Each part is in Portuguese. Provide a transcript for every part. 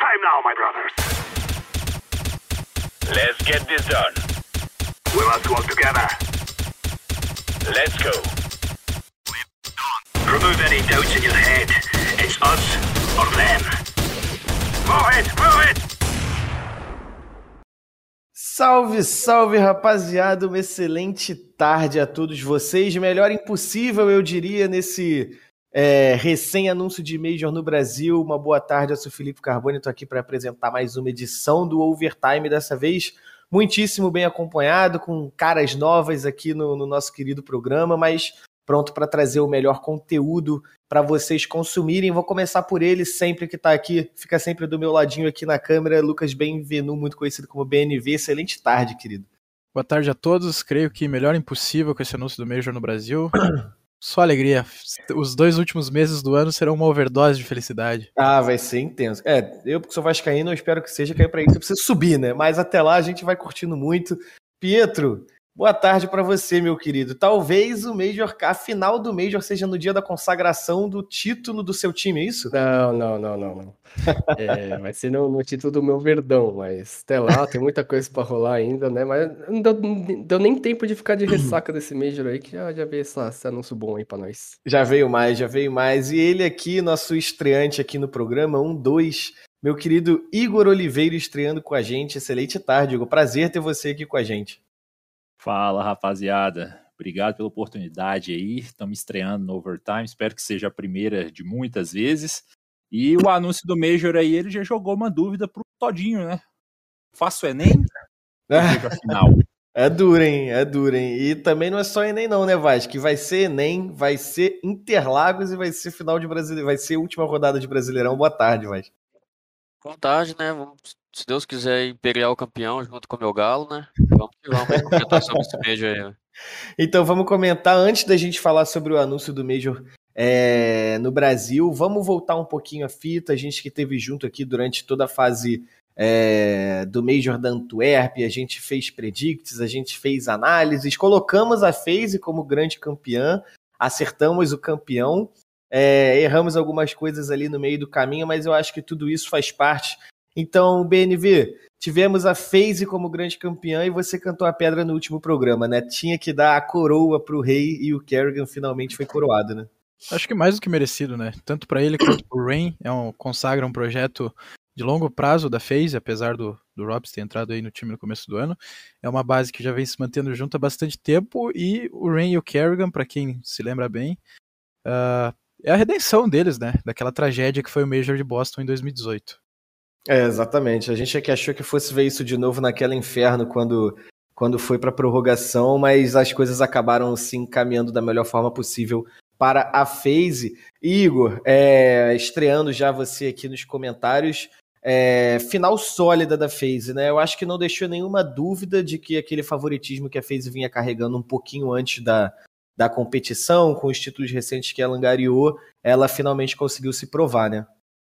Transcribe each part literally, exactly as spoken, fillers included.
time now, my brothers. Let's get this done. We must work together. Let's go. Remove any doubts in your head. It's us or them. Move it, move it! Salve, salve, rapaziada. Uma excelente tarde a todos vocês. Melhor impossível, eu diria, nesse é, recém-anúncio de Major no Brasil. Uma boa tarde, eu sou Felipe Carboni. Estou aqui para apresentar mais uma edição do Overtime. Dessa vez, muitíssimo bem acompanhado, com caras novas aqui no, no nosso querido programa, mas pronto para trazer o melhor conteúdo para vocês consumirem. Vou começar por ele, sempre que está aqui, fica sempre do meu ladinho aqui na câmera, Lucas Benvenu, muito conhecido como B N V. Excelente tarde, querido. Boa tarde a todos, creio que melhor impossível com esse anúncio do Major no Brasil. Só alegria, os dois últimos meses do ano serão uma overdose de felicidade. Ah, vai ser intenso. É, eu que sou vascaíno, eu espero que seja, que é para isso eu preciso subir, né? Mas até lá a gente vai curtindo muito. Pietro, boa tarde para você, meu querido. Talvez o Major, a final do Major seja no dia da consagração do título do seu time, é isso? Não, não, não, não, não. É, vai ser no, no título do meu Verdão, mas até lá tem muita coisa pra rolar ainda, né? Mas não deu, não deu nem tempo de ficar de ressaca desse Major aí, que já, já veio essa, esse anúncio bom aí pra nós. Já veio mais, já veio mais. E ele aqui, nosso estreante aqui no programa, um, dois, meu querido Igor Oliveira estreando com a gente. Excelente tarde, Igor. Prazer ter você aqui com a gente. Fala, rapaziada. Obrigado pela oportunidade aí. Estamos estreando no Overtime. Espero que seja a primeira de muitas vezes. E o anúncio do Major aí, ele já jogou uma dúvida pro Todinho, né? Faço Enem? É. Final. É duro, hein? É duro, hein? E também não é só Enem não, né, Vaz? Que vai ser Enem, vai ser Interlagos e vai ser final de Brasileirão. Vai ser última rodada de Brasileirão. Boa tarde, Vaz. Boa tarde, né? Vamos, se Deus quiser, Imperial campeão junto com o meu galo, né? Vamos que vamos aí comentar sobre esse Major aí. Então vamos comentar, antes da gente falar sobre o anúncio do Major é, no Brasil, vamos voltar um pouquinho a fita, a gente que esteve junto aqui durante toda a fase é, do Major da Antuérpia, a gente fez predicts, a gente fez análises, colocamos a FaZe como grande campeã, acertamos o campeão, é, erramos algumas coisas ali no meio do caminho, mas eu acho que tudo isso faz parte. Então, B N V, tivemos a FaZe como grande campeã e você cantou a pedra no último programa, né? Tinha que dar a coroa pro rei e o Kerrigan finalmente foi coroado, né? Acho que mais do que merecido, né? Tanto para ele quanto pro Rain, é um, consagra um projeto de longo prazo da FaZe, apesar do, do Robs ter entrado aí no time no começo do ano. É uma base que já vem se mantendo junto há bastante tempo, e o Rain e o Kerrigan, para quem se lembra bem, uh, é a redenção deles, né? Daquela tragédia que foi o Major de Boston em dois mil e dezoito. É, exatamente. A gente é que achou que fosse ver isso de novo naquele inferno quando, quando foi para prorrogação, mas as coisas acabaram se encaminhando da melhor forma possível para a FaZe. Igor, é, estreando já você aqui nos comentários, é, final sólida da FaZe, né? Eu acho que não deixou nenhuma dúvida de que aquele favoritismo que a FaZe vinha carregando um pouquinho antes da, da competição, com os títulos recentes que ela angariou, ela finalmente conseguiu se provar, né?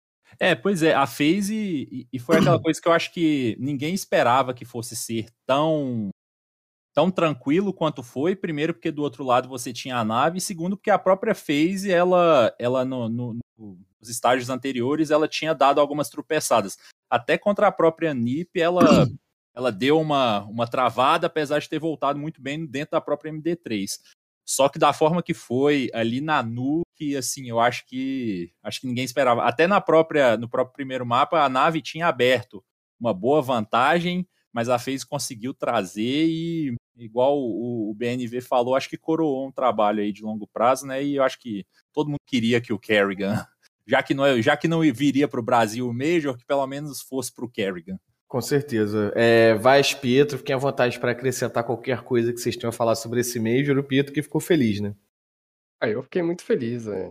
É, pois é, a FaZe, e, e foi aquela coisa que eu acho que ninguém esperava que fosse ser tão, tão tranquilo quanto foi. Primeiro, porque do outro lado você tinha a nave, e segundo, porque a própria FaZe, ela, ela no, no, nos estágios anteriores, ela tinha dado algumas tropeçadas. Até contra a própria N I P, ela, ela deu uma, uma travada, apesar de ter voltado muito bem dentro da própria M D três. Só que da forma que foi ali na Nuke, assim, eu acho que acho que ninguém esperava. Até na própria, no próprio primeiro mapa, a nave tinha aberto uma boa vantagem, mas a FaZe conseguiu trazer e, igual o, o B N V falou, acho que coroou um trabalho aí de longo prazo, né? E eu acho que todo mundo queria que o Kerrigan, já que não, já que não viria para o Brasil o Major, que pelo menos fosse para o Kerrigan. Com certeza. É, Vaz, Pietro, fiquem à vontade para acrescentar qualquer coisa que vocês tenham a falar sobre esse Major. O Pietro que ficou feliz, né? Aí eu fiquei muito feliz, né?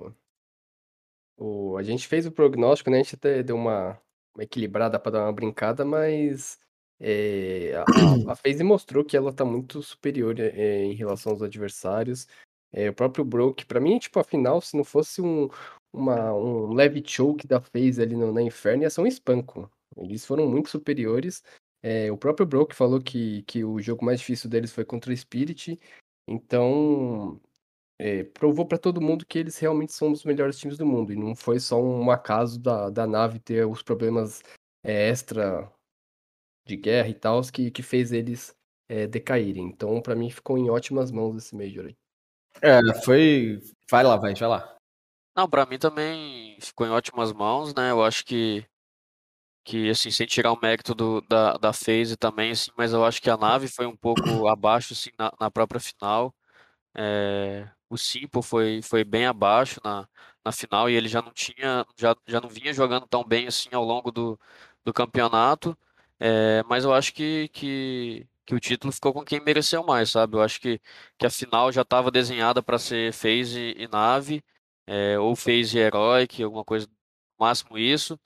O, a gente fez o prognóstico, né? A gente até deu uma, uma equilibrada para dar uma brincada, mas é, a, a FaZe mostrou que ela tá muito superior é, em relação aos adversários. É, o próprio Broke, para mim, tipo, afinal, se não fosse um, uma, um leve choke da FaZe ali no, na Inferno, ia ser um espanco. Eles foram muito superiores. É, o próprio Broke falou que, que o jogo mais difícil deles foi contra o Spirit. Então, é, provou para todo mundo que eles realmente são os melhores times do mundo. E não foi só um acaso da, da nave ter os problemas é, extra de guerra e tal, que, que fez eles é, decaírem. Então, pra mim, ficou em ótimas mãos esse Major aí. É, foi. Vai lá, vai, vai lá. Não, pra mim também ficou em ótimas mãos, né? Eu acho que, que assim, sem tirar o mérito do, da, da FaZe também, assim, mas eu acho que a nave foi um pouco abaixo, assim, na, na própria final. É, o Simple foi, foi bem abaixo na, na final e ele já não tinha, já, já não vinha jogando tão bem assim ao longo do, do campeonato. É, mas eu acho que, que, que o título ficou com quem mereceu mais, sabe? Eu acho que, que a final já estava desenhada para ser FaZe e Nave, é, ou FaZe e Heroic, alguma coisa, no máximo isso.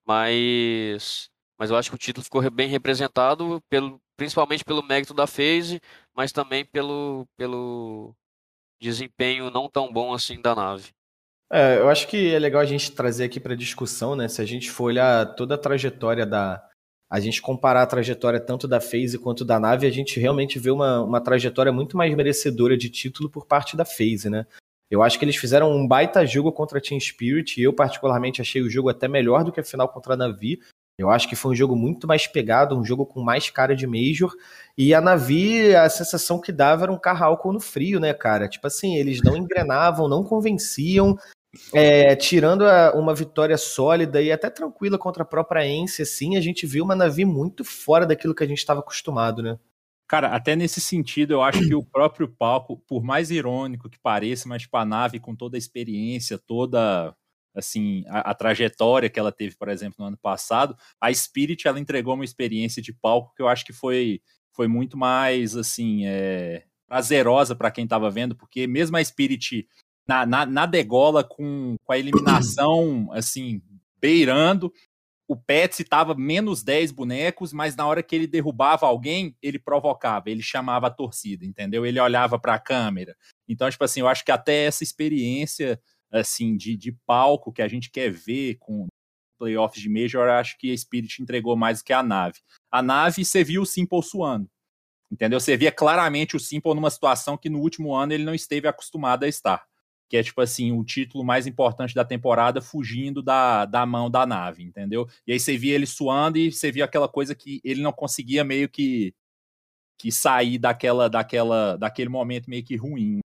Mas, mas eu acho que o título ficou re- bem representado, pelo, principalmente pelo mérito da FaZe, mas também pelo, pelo desempenho não tão bom assim da nave. É, eu acho que é legal a gente trazer aqui para discussão, né? Se a gente for olhar toda a trajetória da. A gente comparar a trajetória tanto da FaZe quanto da nave, a gente realmente vê uma, uma trajetória muito mais merecedora de título por parte da FaZe, né? Eu acho que eles fizeram um baita jogo contra a Team Spirit e eu, particularmente, achei o jogo até melhor do que a final contra a Navi. Eu acho que foi um jogo muito mais pegado, um jogo com mais cara de Major. E a Navi, a sensação que dava era um carro álcool no frio, né, cara? Tipo assim, eles não engrenavam, não convenciam. É, tirando a, uma vitória sólida e até tranquila contra a própria Ence, assim, a gente viu uma Navi muito fora daquilo que a gente estava acostumado, né? Cara, até nesse sentido, eu acho que o próprio palco, por mais irônico que pareça, mas tipo, a nave com toda a experiência, toda assim, a, a trajetória que ela teve, por exemplo, no ano passado, a Spirit, ela entregou uma experiência de palco que eu acho que foi, foi muito mais, assim, é, prazerosa para quem estava vendo, porque mesmo a Spirit na, na, na degola com, com a eliminação, assim, beirando, o Petsy tava menos dez bonecos, mas na hora que ele derrubava alguém, ele provocava, ele chamava a torcida, entendeu? Ele olhava para a câmera. Então, tipo assim, eu acho que até essa experiência assim de, de palco que a gente quer ver com playoffs de Major, eu acho que a Spirit entregou mais do que a nave. A nave, você viu o Simple suando, entendeu? Você via claramente o Simple numa situação que no último ano ele não esteve acostumado a estar. Que é, tipo assim, o título mais importante da temporada fugindo da, da mão da nave, entendeu? E aí você via ele suando e você via aquela coisa que ele não conseguia meio que, que sair daquela, daquela, daquele momento meio que ruim.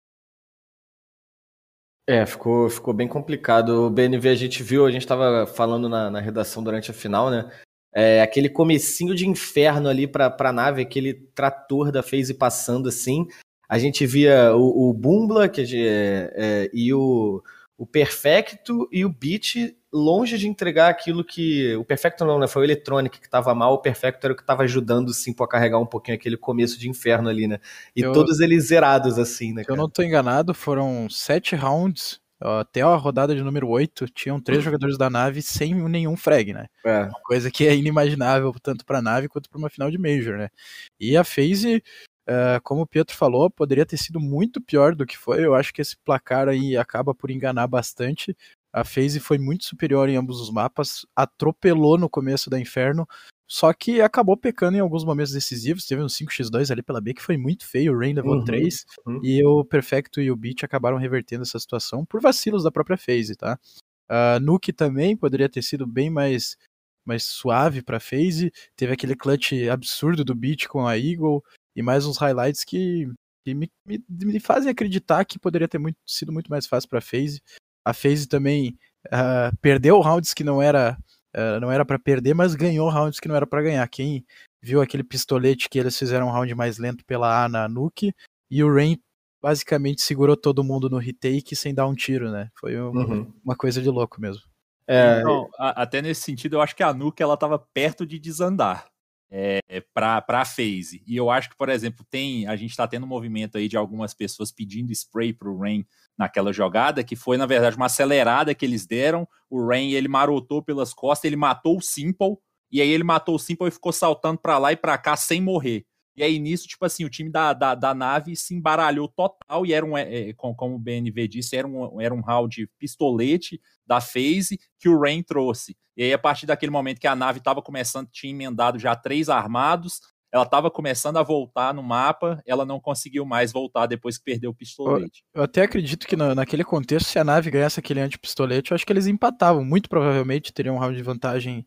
É, ficou, ficou bem complicado. O B N V a gente viu, a gente estava falando na, na redação durante a final, né? É, aquele comecinho de inferno ali para a nave, aquele trator da FaZe passando assim. A gente via o, o Bumbla que, é, é, e o, o Perfecto e o Beat longe de entregar aquilo que... O Perfecto não, né? Foi o Electronic que estava mal, o Perfecto era o que estava ajudando, sim, a carregar um pouquinho aquele começo de inferno ali, né? E eu, todos eles zerados, assim, né, se cara? eu não tô enganado, foram sete rounds, até a rodada de número oito, tinham três jogadores da nave sem nenhum frag, né? É. Uma coisa que é inimaginável tanto pra nave quanto pra uma final de Major, né? E a FaZe... Uh, como o Pietro falou, poderia ter sido muito pior do que foi. Eu acho que esse placar aí acaba por enganar bastante. A FaZe foi muito superior em ambos os mapas, atropelou no começo da Inferno, só que acabou pecando em alguns momentos decisivos. Teve um cinco a dois ali pela B que foi muito feio, o Rain levou Uhum, três, uhum. e o Perfecto e o Beat acabaram revertendo essa situação por vacilos da própria FaZe, tá? Uh, Nuke também poderia ter sido bem mais, mais suave pra FaZe, teve aquele clutch absurdo do Beat com a Eagle, e mais uns highlights que, que me, me, me fazem acreditar que poderia ter muito, sido muito mais fácil para a FaZe. A FaZe também uh, perdeu rounds que não era uh, não era para perder, mas ganhou rounds que não era para ganhar. Quem viu aquele pistolete que eles fizeram um round mais lento pela A na Nuke, e o Rain basicamente segurou todo mundo no retake sem dar um tiro, né? Foi um, uhum. uma coisa de louco mesmo. É... Então, a, até nesse sentido, eu acho que a Nuke ela estava perto de desandar. É, para a FaZe. E eu acho que, por exemplo, tem a gente está tendo um movimento aí de algumas pessoas pedindo spray para o Rain naquela jogada, que foi, na verdade, uma acelerada que eles deram. O Rain, ele marotou pelas costas, ele matou o Simple, e aí ele matou o Simple e ficou saltando para lá e para cá sem morrer. E aí, nisso, tipo assim, o time da, da, da nave se embaralhou total, e era um, é, como o B N V disse, era um, era um round pistolete da FaZe que o Rain trouxe. E aí, a partir daquele momento que a nave estava começando, tinha emendado já três armados, ela estava começando a voltar no mapa, ela não conseguiu mais voltar depois que perdeu o pistolete. Eu, eu até acredito que na, naquele contexto, se a nave ganhasse aquele antipistolete, eu acho que eles empatavam. Muito provavelmente teriam um round de vantagem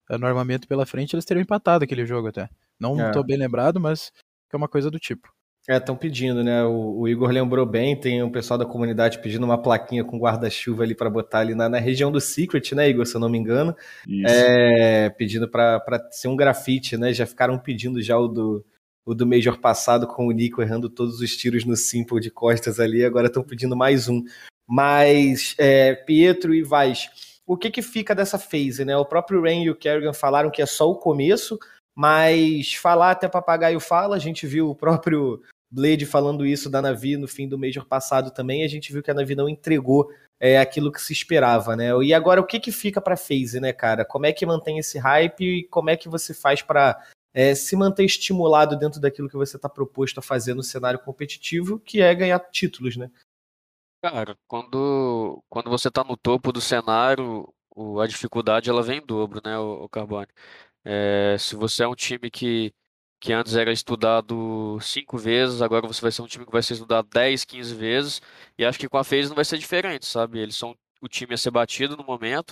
no armamento pela frente, eles teriam empatado aquele jogo até. Não É. tô bem lembrado, mas é uma coisa do tipo. É, estão pedindo, né? O, o Igor lembrou bem, tem um pessoal da comunidade pedindo uma plaquinha com guarda-chuva ali para botar ali na, na região do Secret, né, Igor, se eu não me engano. Isso. É, pedindo para ser um grafite, né? Já ficaram pedindo já o do, o do Major passado com o Nico errando todos os tiros no Simple de costas ali, agora estão pedindo mais um. Mas, é, Pietro e Vaz, o que que fica dessa phase, né? O próprio Rain e o Kerrigan falaram que é só o começo, mas falar até papagaio fala, a gente viu o próprio Blade falando isso da Navi no fim do Major passado também, a gente viu que a Navi não entregou é, aquilo que se esperava, né? E agora o que que fica pra phase, né, cara? Como é que mantém esse hype e como é que você faz pra é, se manter estimulado dentro daquilo que você tá proposto a fazer no cenário competitivo, que é ganhar títulos, né? Cara, quando, quando você tá no topo do cenário, o- a dificuldade ela vem em dobro, né, o, o Carbone? É, se você é um time que, que antes era estudado cinco vezes, agora você vai ser um time que vai ser estudado dez, quinze vezes, e acho que com a FaZe não vai ser diferente, sabe? Eles são o time a ser batido no momento,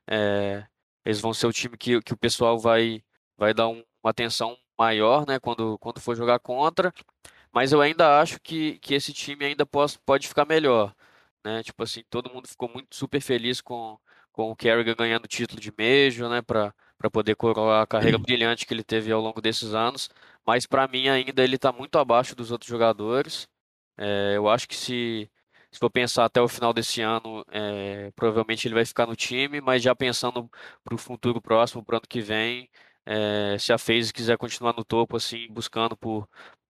é, eles vão ser o time que, que o pessoal vai, vai dar um- uma atenção maior, né, quando, quando for jogar contra, mas eu ainda acho que, que esse time ainda pode, pode ficar melhor, né? Tipo assim, todo mundo ficou muito super feliz com, com o Kerrigan ganhando o título de Major, né? Para para poder coroar a carreira brilhante que ele teve ao longo desses anos. Mas para mim ainda ele está muito abaixo dos outros jogadores. É, eu acho que se, se for pensar até o final desse ano, é, provavelmente ele vai ficar no time, mas já pensando para o futuro próximo, para o ano que vem, é, se a FaZe quiser continuar no topo, assim, buscando por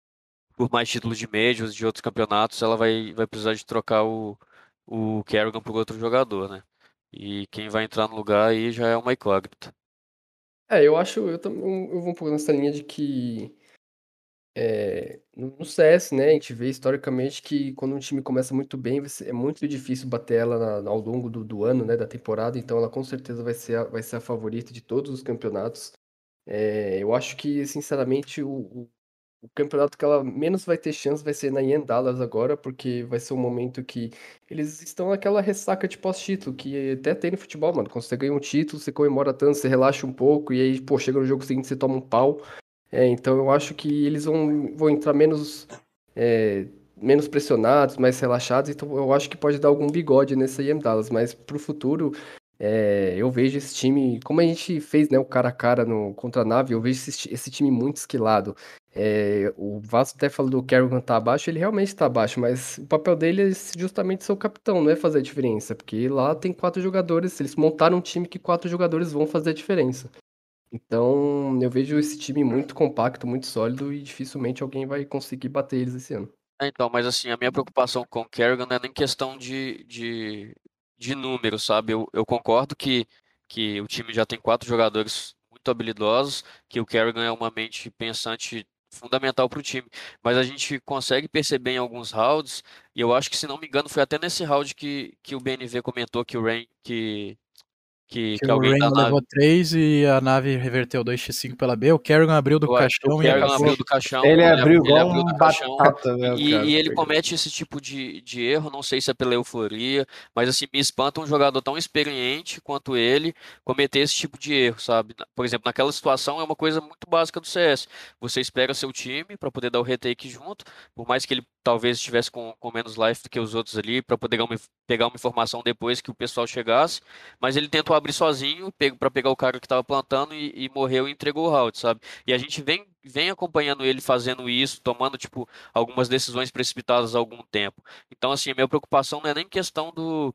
por mais títulos de Majors, de outros campeonatos, ela vai, vai precisar de trocar o, o Kerrigan por outro jogador, né? E quem vai entrar no lugar aí já é uma incógnita. É, eu acho, eu também eu vou um pouco nessa linha de que é, no no C S, né, a gente vê historicamente que quando um time começa muito bem, vai ser- é muito difícil bater ela na- ao longo do, do ano, né, da temporada, então ela com certeza vai ser a, vai ser a favorita de todos os campeonatos. É, eu acho que, sinceramente, o, o, o campeonato que ela menos vai ter chance vai ser na Ian Dallas agora, porque vai ser um momento que eles estão naquela ressaca de pós-título, que até tem no futebol, mano. Quando você ganha um título, você comemora tanto, você relaxa um pouco, e aí, pô, chega no jogo seguinte, você toma um pau. É, então eu acho que eles vão, vão entrar menos, é, menos pressionados, mais relaxados, então eu acho que pode dar algum bigode nessa I M Dallas, mas pro futuro, é, eu vejo esse time, como a gente fez, né, o cara a cara no, contra a Nave, eu vejo esse, esse time muito esquilado. É, o Vasco até falou do Kerrigan tá abaixo, ele realmente tá abaixo, mas o papel dele é justamente ser o capitão, não é fazer a diferença, porque lá tem quatro jogadores, eles montaram um time que quatro jogadores vão fazer a diferença. Então, eu vejo esse time muito compacto, muito sólido e dificilmente alguém vai conseguir bater eles esse ano. É, então, mas assim, a minha preocupação com o Kerrigan não é nem questão de, de, de número, sabe? Eu, eu concordo que, que o time já tem quatro jogadores muito habilidosos, que o Kerrigan é uma mente pensante fundamental para o time. Mas a gente consegue perceber em alguns rounds, e eu acho que, se não me engano, foi até nesse round que, que o B N V comentou que o Rain, que, que, Que que o alguém Rain da nave. levou três e a nave reverteu dois por cinco pela B. O Kerrigan abriu do Eu acho que o caixão e Kerrigan acabou. abriu do caixão, Ele ele, ab- abriu ele igual abriu do um caixão batata mesmo, e, cara. e ele Foi- comete esse tipo de, de erro, não sei se é pela euforia, mas assim, me espanta um jogador tão experiente quanto ele cometer esse tipo de erro, sabe? Na- Por exemplo, naquela situação é uma coisa muito básica do C S. Você espera seu time para poder dar o retake junto, por mais que ele talvez estivesse com, com menos life do que os outros ali, para poder pegar uma, pegar uma informação depois que o pessoal chegasse, mas ele tentou abrir sozinho para pegar o cara que estava plantando e, e morreu e entregou o round, sabe? E a gente vem, vem acompanhando ele fazendo isso, tomando, tipo, algumas decisões precipitadas há algum tempo. Então, assim, a minha preocupação não é nem questão do,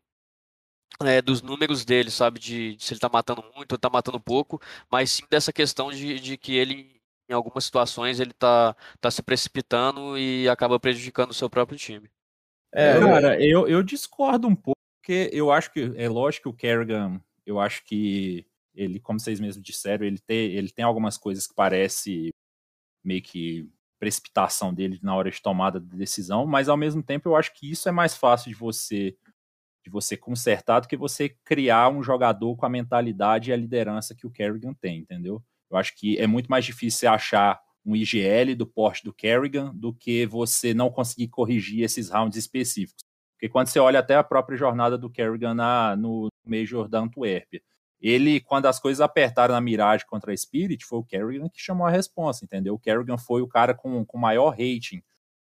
é, dos números dele, sabe? De, de se ele tá matando muito ou tá matando pouco, mas sim dessa questão de, de que ele, em algumas situações, ele tá, tá se precipitando e acaba prejudicando o seu próprio time. É, Cara, eu, eu discordo um pouco, porque eu acho que, é lógico que o Kerrigan, eu acho que ele, como vocês mesmos disseram, ele tem, ele tem algumas coisas que parece meio que precipitação dele na hora de tomada de decisão, mas ao mesmo tempo eu acho que isso é mais fácil de você de você consertar do que você criar um jogador com a mentalidade e a liderança que o Kerrigan tem, entendeu? Eu acho que é muito mais difícil você achar um I G L do porte do Kerrigan do que você não conseguir corrigir esses rounds específicos. Porque quando você olha até a própria jornada do Kerrigan na, no Major da Antuérpia, ele, quando as coisas apertaram na Mirage contra a Spirit, foi o Kerrigan que chamou a responsa, entendeu? O Kerrigan foi o cara com o maior rating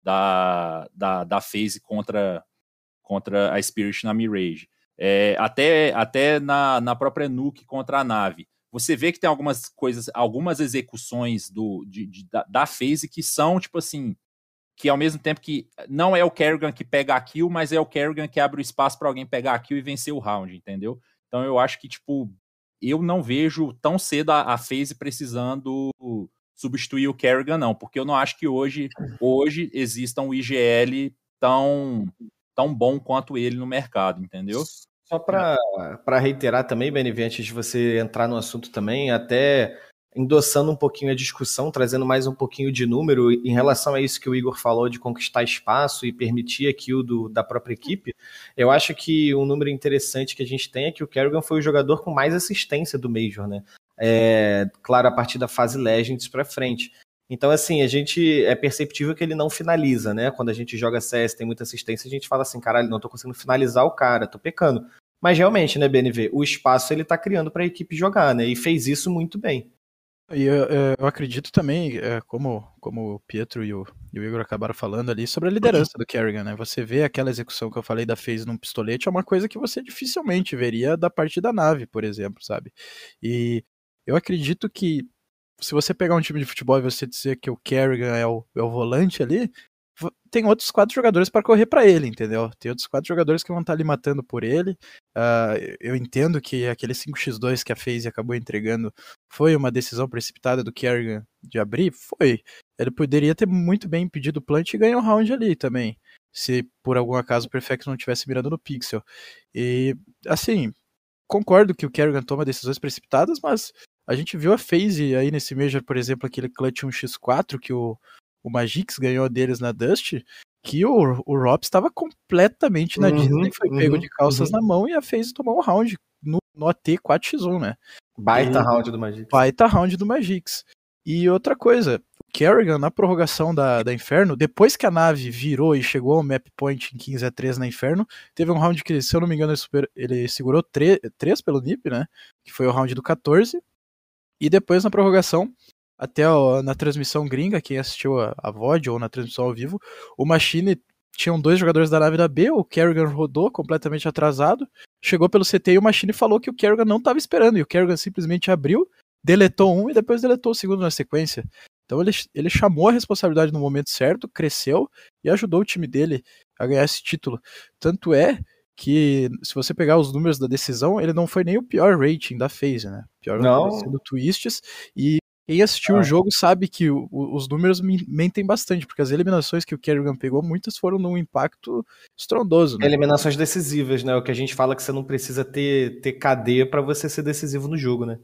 da, da, da FaZe contra, contra a Spirit na Mirage. É, até até na, na própria Nuke contra a Nave. Você vê que tem algumas coisas, algumas execuções do, de, de, da, da FaZe que são, tipo assim, que ao mesmo tempo que não é o Kerrigan que pega a kill, mas é o Kerrigan que abre o espaço para alguém pegar a kill e vencer o round, entendeu? Então eu acho que, tipo, eu não vejo tão cedo a, a FaZe precisando substituir o Kerrigan, não, porque eu não acho que hoje, hoje exista um I G L tão, tão bom quanto ele no mercado, entendeu? Só para reiterar também, B N V, antes de você entrar no assunto também, até endossando um pouquinho a discussão, trazendo mais um pouquinho de número em relação a isso que o Igor falou de conquistar espaço e permitir a kill do, da própria equipe, eu acho que um número interessante que a gente tem é que o Kerrigan foi o jogador com mais assistência do Major, né? É, claro, a partir da fase Legends para frente. Então, assim, a gente é perceptível que ele não finaliza, né? Quando a gente joga C S, tem muita assistência, a gente fala assim, caralho, não tô conseguindo finalizar o cara, tô pecando. Mas realmente, né, B N V, o espaço ele tá criando para a equipe jogar, né? E fez isso muito bem. E eu, eu acredito também, como, como o Pietro e o, e o Igor acabaram falando ali, sobre a liderança do Kerrigan, né? Você vê aquela execução que eu falei da FaZe num pistolete, é uma coisa que você dificilmente veria da parte da Nave, por exemplo, sabe? E eu acredito que se você pegar um time de futebol e você dizer que o Kerrigan é o, é o volante ali, tem outros quatro jogadores para correr para ele, entendeu? Tem outros quatro jogadores que vão estar ali matando por ele. Uh, eu entendo que aquele cinco por dois que a FaZe acabou entregando foi uma decisão precipitada do Kerrigan de abrir? Foi. Ele poderia ter muito bem impedido o plant e ganhar um round ali também, se por algum acaso o Perfect não tivesse mirando no pixel. E, assim, concordo que o Kerrigan toma decisões precipitadas, mas a gente viu a FaZe aí nesse Major, por exemplo, aquele clutch um por quatro que o o Magix ganhou deles na Dust, que o, o Rops estava completamente na uhum, Disney, foi pego uhum, de calças uhum. na mão e a FaZe tomou um round no, no A T quatro por um, né? Baita e, round do Magix. Baita round do Magix. E outra coisa, o Kerrigan na prorrogação da, da Inferno, depois que a nave virou e chegou ao map point em quinze a três na Inferno, teve um round que, se eu não me engano, ele, super, ele segurou três pelo N I P, né? Que foi o round do quatorze. E depois na prorrogação, até ó, na transmissão gringa, quem assistiu a, a V O D ou na transmissão ao vivo, o Machine, tinham dois jogadores da nave da B, o Kerrigan rodou completamente atrasado, chegou pelo C T e o Machine falou que o Kerrigan não estava esperando, e o Kerrigan simplesmente abriu, deletou um e depois deletou o segundo na sequência. Então ele, ele chamou a responsabilidade no momento certo, cresceu e ajudou o time dele a ganhar esse título. Tanto é que, se você pegar os números da decisão, ele não foi nem o pior rating da FaZe, né? O pior não. do Twists, e quem assistiu ah. o jogo sabe que o, o, os números mentem bastante, porque as eliminações que o Kerrigan pegou, muitas foram num impacto estrondoso, né? Eliminações decisivas, né? O que a gente fala que você não precisa ter, ter cadeia para você ser decisivo no jogo, né?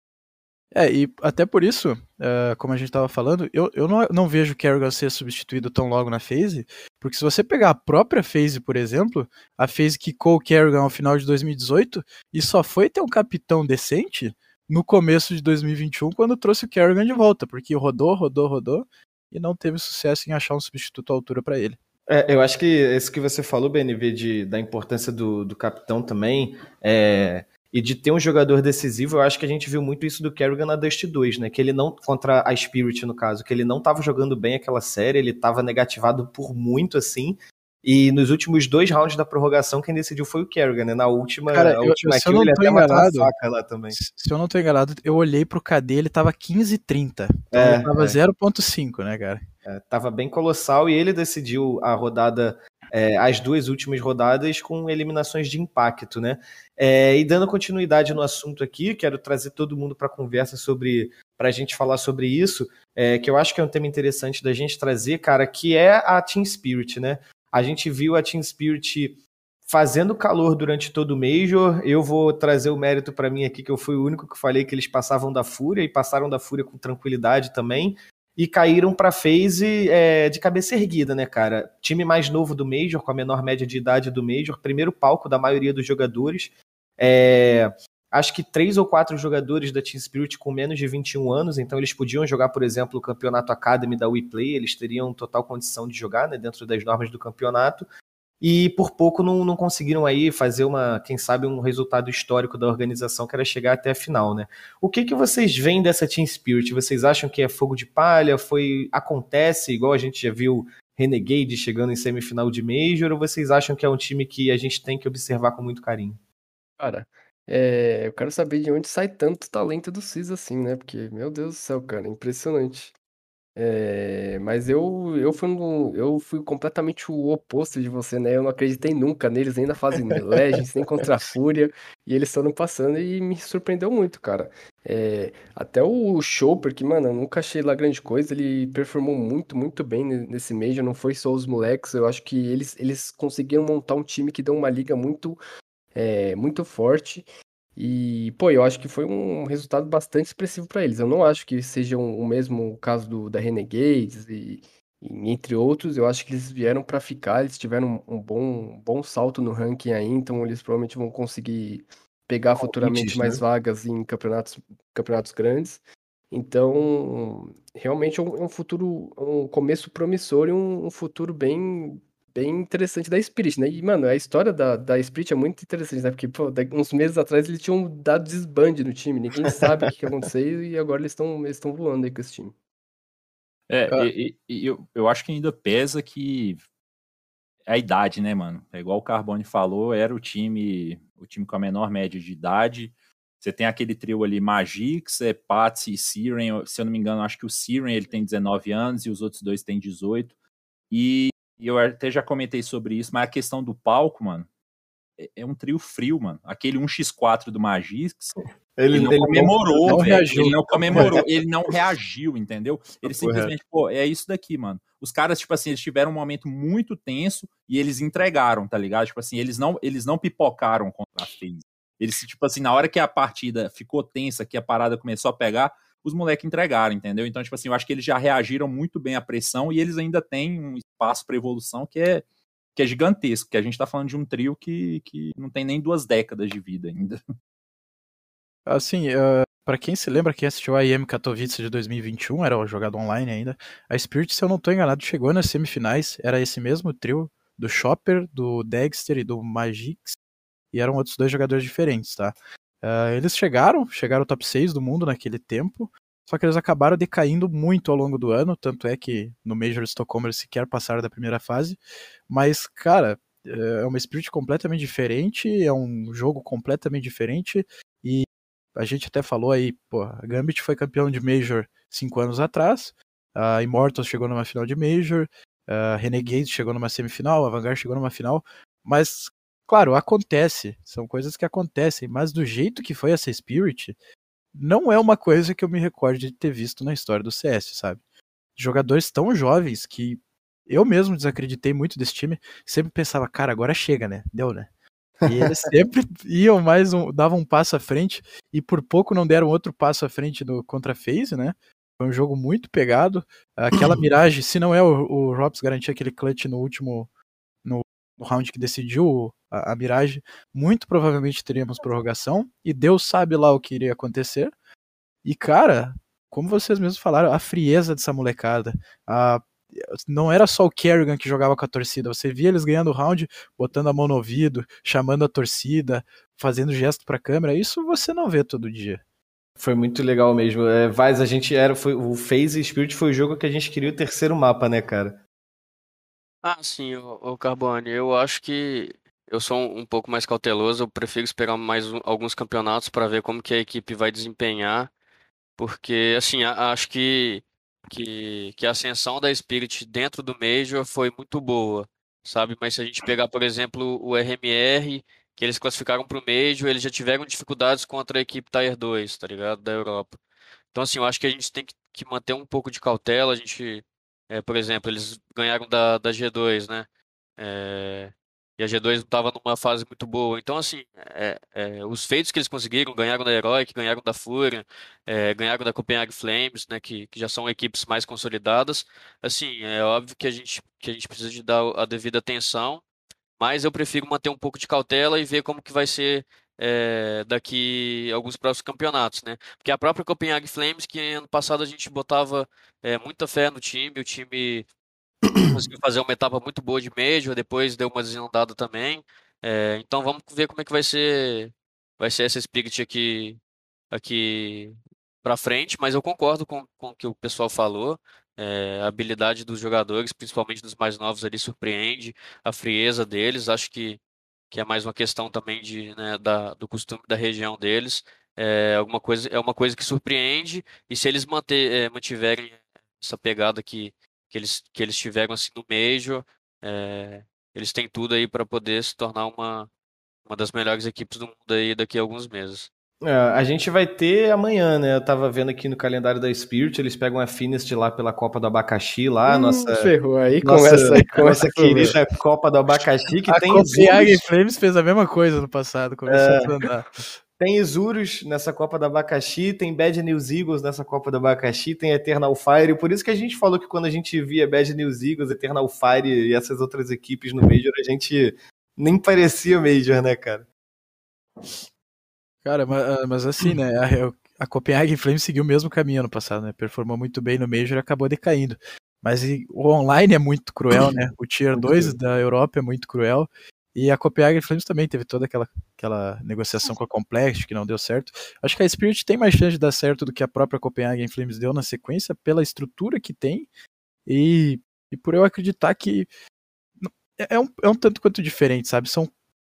É, e até por isso, uh, como a gente tava falando, eu, eu não, não vejo o Kerrigan ser substituído tão logo na FaZe, porque se você pegar a própria FaZe, por exemplo, a FaZe quicou o Kerrigan ao final de dois mil e dezoito e só foi ter um capitão decente no começo de dois mil e vinte e um, quando trouxe o Kerrigan de volta, porque rodou, rodou, rodou, e não teve sucesso em achar um substituto à altura para ele. É, eu acho que isso que você falou, B N V, de, da importância do, do capitão também, é, e de ter um jogador decisivo, eu acho que a gente viu muito isso do Kerrigan na Dust dois, né, que ele não, contra a Spirit no caso, que ele não estava jogando bem aquela série, ele estava negativado por muito, assim, e nos últimos dois rounds da prorrogação, quem decidiu foi o Kerrigan, né? Na última, Cara, a última eu, kill, ele até matou a faca lá também. Se eu não tô enganado, eu olhei pro K D, ele tava quinze a trinta. Então é, ele tava é. zero ponto cinco, né, cara? É, tava bem colossal e ele decidiu a rodada, é, as duas últimas rodadas com eliminações de impacto, né? É, e dando continuidade no assunto aqui, quero trazer todo mundo para conversa sobre, pra gente falar sobre isso, é, que eu acho que é um tema interessante da gente trazer, cara, que é a Team Spirit, né? A gente viu a Team Spirit fazendo calor durante todo o Major. Eu vou trazer o mérito para mim aqui, que eu fui o único que falei que eles passavam da Fúria, e passaram da Fúria com tranquilidade também, e caíram para a FaZe é, de cabeça erguida, né, cara? Time mais novo do Major, com a menor média de idade do Major, primeiro palco da maioria dos jogadores. É, acho que três ou quatro jogadores da Team Spirit com menos de vinte e um anos, então eles podiam jogar, por exemplo, o campeonato Academy da WePlay, eles teriam total condição de jogar, né, dentro das normas do campeonato. e por pouco não, não conseguiram aí fazer uma, quem sabe, um resultado histórico da organização, que era chegar até a final, né? O que que vocês veem dessa Team Spirit? Vocês acham que é fogo de palha? Foi, acontece, igual a gente já viu Renegade chegando em semifinal de Major, ou vocês acham que é um time que a gente tem que observar com muito carinho? Cara, é, eu quero saber de onde sai tanto talento do Cis assim, né? Porque, meu Deus do céu, cara, impressionante. É, mas eu, eu, fui um- eu fui completamente o oposto de você, né? Eu não acreditei nunca neles, nem na fase Legends, nem contra a Fúria, e eles foram passando e me surpreendeu muito, cara. É, até o Chopper, que, mano, eu nunca achei lá grande coisa, ele performou muito, muito bem ne- nesse Major, não foi só os moleques, eu acho que eles, eles conseguiram montar um time que deu uma liga muito, é, muito forte. E, pô, eu acho que foi um resultado bastante expressivo para eles. Eu não acho que seja um- o mesmo caso do, da Renegades e, e entre outros. Eu acho que eles vieram para ficar, eles tiveram um, um bom, um bom salto no ranking aí, então eles provavelmente vão conseguir pegar futuramente Convites, mais né? vagas em campeonatos, campeonatos grandes. Então, realmente é um, é um futuro, um começo promissor e um, um futuro bem, bem interessante da Spirit, né? E, mano, a história da, da Spirit é muito interessante, né? Porque, pô, da- uns meses atrás eles tinham dado desbande no time, ninguém sabe o que que aconteceu e agora eles estão eles estão voando aí com esse time. É, Ah, e, e- e eu, eu acho que ainda pesa que é a idade, né, mano? É igual o Carbone falou, era o time, o time com a menor média de idade. Você tem aquele trio ali, Magix, é, Patsy e Siren. Se eu não me engano, acho que o Siren ele tem dezenove anos e os outros dois têm dezoito. E, e eu até já comentei sobre isso, mas a questão do palco, mano, é, é um trio frio, mano. Aquele um por quatro do Magix, Ele, ele não ele comemorou, não velho. reagiu. Ele não comemorou, ele não reagiu, entendeu? Ele Papo reto. simplesmente, pô, é isso daqui, mano. Os caras, tipo assim, eles tiveram um momento muito tenso e eles entregaram, tá ligado? Tipo assim, eles não, eles não pipocaram contra a FaZe. Eles, tipo assim, na hora que a partida ficou tensa, que a parada começou a pegar, os moleques entregaram, entendeu? Então, tipo assim, eu acho que eles já reagiram muito bem à pressão e eles ainda têm um espaço pra evolução que é, que é gigantesco, que a gente tá falando de um trio que, que não tem nem duas décadas de vida ainda. Assim, uh, para quem se lembra, quem assistiu a I M Katowice de dois mil e vinte e um, era jogado online ainda, a Spirit, se eu não tô enganado, chegou nas semifinais, era esse mesmo trio do Chopper, do Dexter e do Magix, e eram outros dois jogadores diferentes, tá? Uh, eles chegaram, chegaram ao top seis do mundo naquele tempo, só que eles acabaram decaindo muito ao longo do ano, tanto é que no Major Stockholm eles sequer passaram da primeira fase, mas, cara, é uma Spirit completamente diferente, é um jogo completamente diferente, e a gente até falou aí, pô, a Gambit foi campeão de Major cinco anos atrás, a Immortals chegou numa final de Major, a Renegade chegou numa semifinal, a Vanguard chegou numa final, mas, claro, acontece, são coisas que acontecem, mas do jeito que foi essa Spirit, não é uma coisa que eu me recordo de ter visto na história do C S, sabe? Jogadores tão jovens que eu mesmo desacreditei muito desse time, sempre pensava, cara, agora chega, né? Deu, né? E eles sempre iam mais um, davam um passo à frente e por pouco não deram outro passo à frente no contra a FaZe, né? Foi um jogo muito pegado. Aquela Mirage, se não é o, o Robs garantir aquele clutch no último no, no round que decidiu a, a Mirage, muito provavelmente teríamos prorrogação e Deus sabe lá o que iria acontecer. E cara, como vocês mesmos falaram, a frieza dessa molecada, a não era só o Kerrigan que jogava com a torcida, você via eles ganhando o round, botando a mão no ouvido, chamando a torcida, fazendo gesto pra câmera, isso você não vê todo dia. Foi muito legal mesmo. É, Vaz, a gente era, foi, o FaZe Spirit foi o jogo que a gente queria o terceiro mapa, né, cara? Ah, sim, o, o Carbone, eu acho que eu sou um, um pouco mais cauteloso, eu prefiro esperar mais um- alguns campeonatos para ver como que a equipe vai desempenhar, porque assim, a- acho que, que que a ascensão da Spirit dentro do Major foi muito boa, sabe? Mas se a gente pegar, por exemplo, o R M R, que eles classificaram para o Major, eles já tiveram dificuldades contra a equipe Tier dois, tá ligado? Da Europa. Então, assim, eu acho que a gente tem que, que manter um pouco de cautela. A gente, é, por exemplo, eles ganharam da, da G dois, né? É, e a G dois não estava numa fase muito boa. Então, assim, é, é, os feitos que eles conseguiram, ganharam da Heroic, ganharam da Fúria, é, ganharam da Copenhague Flames, né? Que, que já são equipes mais consolidadas. Assim, é óbvio que a gente, que a gente precisa de dar a devida atenção, mas eu prefiro manter um pouco de cautela e ver como que vai ser é, daqui alguns próximos campeonatos, né? Porque a própria Copenhague Flames, que ano passado a gente botava é, muita fé no time, o time conseguiu fazer uma etapa muito boa de Major, depois deu uma desandada também. É, então vamos ver como é que vai ser, vai ser essa Spirit aqui, aqui para frente, mas eu concordo com, com o que o pessoal falou. É, a habilidade dos jogadores, principalmente dos mais novos ali, surpreende. A frieza deles, acho que, que é mais uma questão também de, né, da, do costume da região deles. É, alguma coisa, é uma coisa que surpreende, e se eles manter, é, mantiverem essa pegada que, que eles, que eles tiveram assim no Major, é, eles têm tudo aí para poder se tornar uma, uma das melhores equipes do mundo aí daqui a alguns meses. É, a gente vai ter amanhã, né? Eu tava vendo aqui no calendário da Spirit, eles pegam a Finest lá pela Copa do Abacaxi, lá, Hum, nossa, ferrou. Aí nossa, começa, aí a começa nossa o problema. querida Copa do Abacaxi, que A tem Copenhagen Isurus, Flames fez a mesma coisa no passado, começou a desandar. tem Isurus nessa Copa do Abacaxi, tem Bad News Eagles nessa Copa do Abacaxi, tem Eternal Fire, por isso que a gente falou que quando a gente via Bad News Eagles, Eternal Fire e essas outras equipes no Major, a gente nem parecia Major, né, cara? Cara, mas, mas assim, né, a, a Copenhagen Flames seguiu o mesmo caminho ano passado, né, performou muito bem no Major e acabou decaindo. Mas e, o online é muito cruel, né, o Tier dois da Europa é muito cruel, e a Copenhagen Flames também teve toda aquela, aquela negociação com a Complexity que não deu certo. Acho que a Spirit tem mais chance de dar certo do que a própria Copenhagen Flames deu na sequência, pela estrutura que tem, e, e por eu acreditar que é um, é um tanto quanto diferente, sabe, são...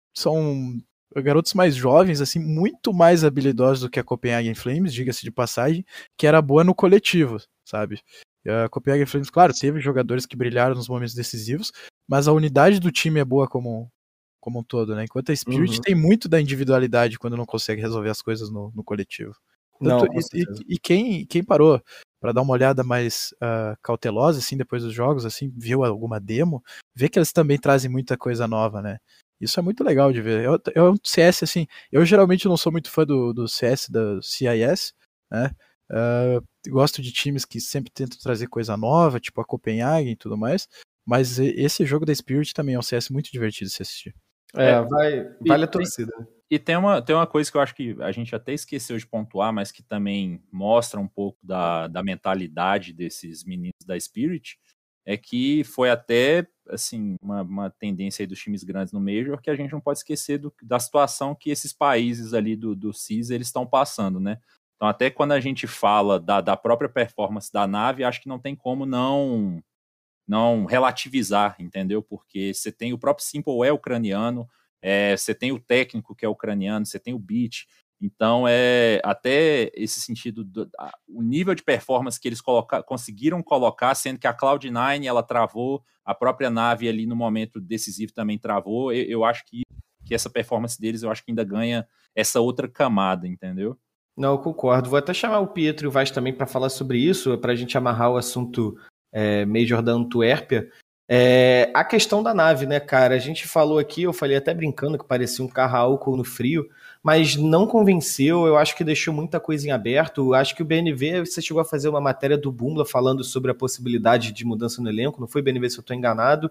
são garotos mais jovens, assim, muito mais habilidosos do que a Copenhagen Flames, diga-se de passagem, que era boa no coletivo, sabe? A Copenhagen Flames, claro, teve jogadores que brilharam nos momentos decisivos, mas a unidade do time é boa como, como um todo, né? Enquanto a Spirit Uhum. tem muito da individualidade quando não consegue resolver as coisas no, no coletivo. Não, Tanto, com e, certeza. e, e quem, quem parou para dar uma olhada mais uh, cautelosa, assim, depois dos jogos, assim, viu alguma demo, vê que eles também trazem muita coisa nova, né? Isso é muito legal de ver. É um C S, assim, eu geralmente não sou muito fã do, do C S da C I S, né? Uh, gosto de times que sempre tentam trazer coisa nova, tipo a Copenhagen e tudo mais, mas esse jogo da Spirit também é um C S muito divertido de se assistir. É, É, vai, e vale a tem- torcida. né? E tem uma, tem uma coisa que eu acho que a gente até esqueceu de pontuar, mas que também mostra um pouco da, da mentalidade desses meninos da Spirit, é que foi até assim uma, uma tendência aí dos times grandes no Major, que a gente não pode esquecer do, da situação que esses países ali do, do C I S eles estão passando, né? Então até quando a gente fala da, da própria performance da nave, acho que não tem como não, não relativizar, entendeu? Porque você tem o próprio Simple é ucraniano, é, você tem o técnico que é ucraniano, você tem o Beat, então é até esse sentido do, a, o nível de performance que eles coloca, conseguiram colocar, sendo que a Cloud nine ela travou, a própria nave ali no momento decisivo também travou, eu, eu acho que, que essa performance deles eu acho que ainda ganha essa outra camada, entendeu? Não, eu concordo. Vou até chamar o Pietro e o Vaz também para falar sobre isso, para a gente amarrar o assunto é, Major da Antuérpia. É, a questão da nave, né, cara? A gente falou aqui, eu falei até brincando que parecia um carro a álcool no frio, mas não convenceu, eu acho que deixou muita coisa em aberto. Eu acho que o B N V, você chegou a fazer uma matéria do Bumbla falando sobre a possibilidade de mudança no elenco, não foi, B N V, se eu estou enganado?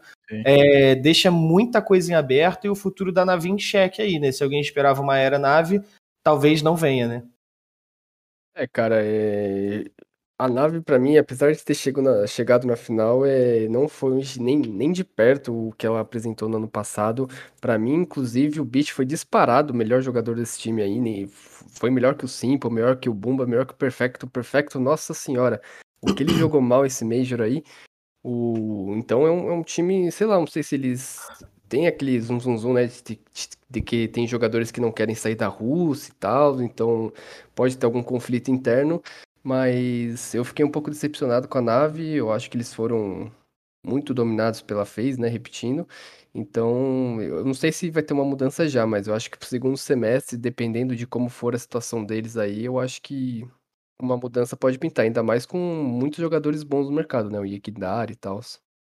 É, deixa muita coisa em aberto e o futuro da nave em xeque aí, né? Se alguém esperava uma aeronave, talvez não venha, né? É, cara, é... a nave pra mim, apesar de ter chego na- chegado na final, é... não foi nem, nem de perto o que ela apresentou no ano passado. Pra mim, inclusive, o Beach foi disparado o melhor jogador desse time aí, né? Foi melhor que o Simple, melhor que o Bumba, melhor que o Perfecto. O Perfecto, nossa senhora, o que ele jogou mal esse Major aí. O... Então é um, é um time, sei lá, não sei se eles têm aquele zum zum zum, né? De, de que tem jogadores que não querem sair da Rússia e tal, então pode ter algum conflito interno, mas eu fiquei um pouco decepcionado com a nave, eu acho que eles foram muito dominados pela FaZe, né? Repetindo. Então, eu não sei se vai ter uma mudança já, mas eu acho que pro segundo semestre, dependendo de como for a situação deles aí, eu acho que uma mudança pode pintar, ainda mais com muitos jogadores bons no mercado, né? O Yekidar e tal.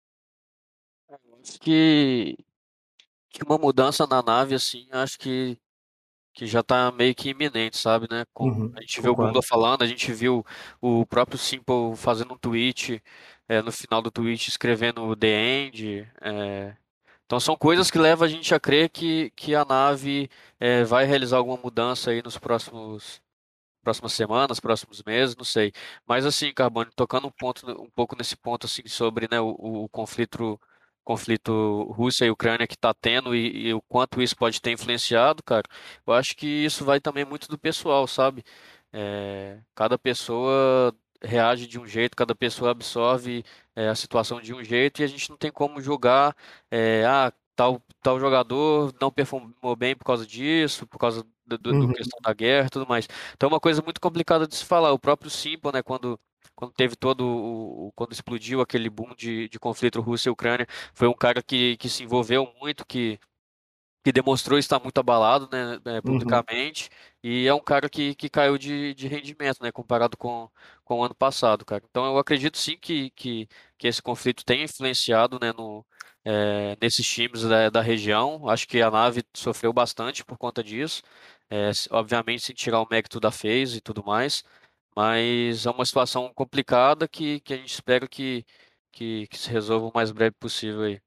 Acho que, que uma mudança na nave, assim, acho que, que já tá meio que iminente, sabe, né? Com, Uhum, a gente viu o concordo. Bunda falando, a gente viu o próprio Simple fazendo um tweet, é, no final do tweet escrevendo The End. é. Então são coisas que levam a gente a crer que, que a nave é, vai realizar alguma mudança aí nos próximos, próximas semanas, próximos meses, não sei. Mas assim, Carbone, tocando um ponto, um pouco nesse ponto assim sobre, né, o, o conflito, conflito Rússia e Ucrânia que está tendo e, e o quanto isso pode ter influenciado, cara. Eu acho que isso vai também muito do pessoal, sabe? É, cada pessoa reage de um jeito, cada pessoa absorve é, a situação de um jeito e a gente não tem como julgar, é, ah, tal, tal jogador não performou bem por causa disso, por causa do, do, do Uhum. questão da guerra e tudo mais. Então é uma coisa muito complicada de se falar. O próprio Simple, né, quando, quando teve todo o, o- quando explodiu aquele boom de, de conflito Rússia e Ucrânia, foi um cara que, que se envolveu muito, que que demonstrou estar muito abalado, né, né, Uhum. publicamente, e é um cara que, que caiu de, de rendimento, né, comparado com, com o ano passado, cara. Então eu acredito sim que, que, que esse conflito tenha influenciado, né, no, eh, nesses times da, da região. Acho que a nave sofreu bastante por conta disso, eh, se- obviamente sem tirar o mérito da FaZe e tudo mais, mas é uma situação complicada que, que a gente espera que, que, que se resolva o mais breve possível aí.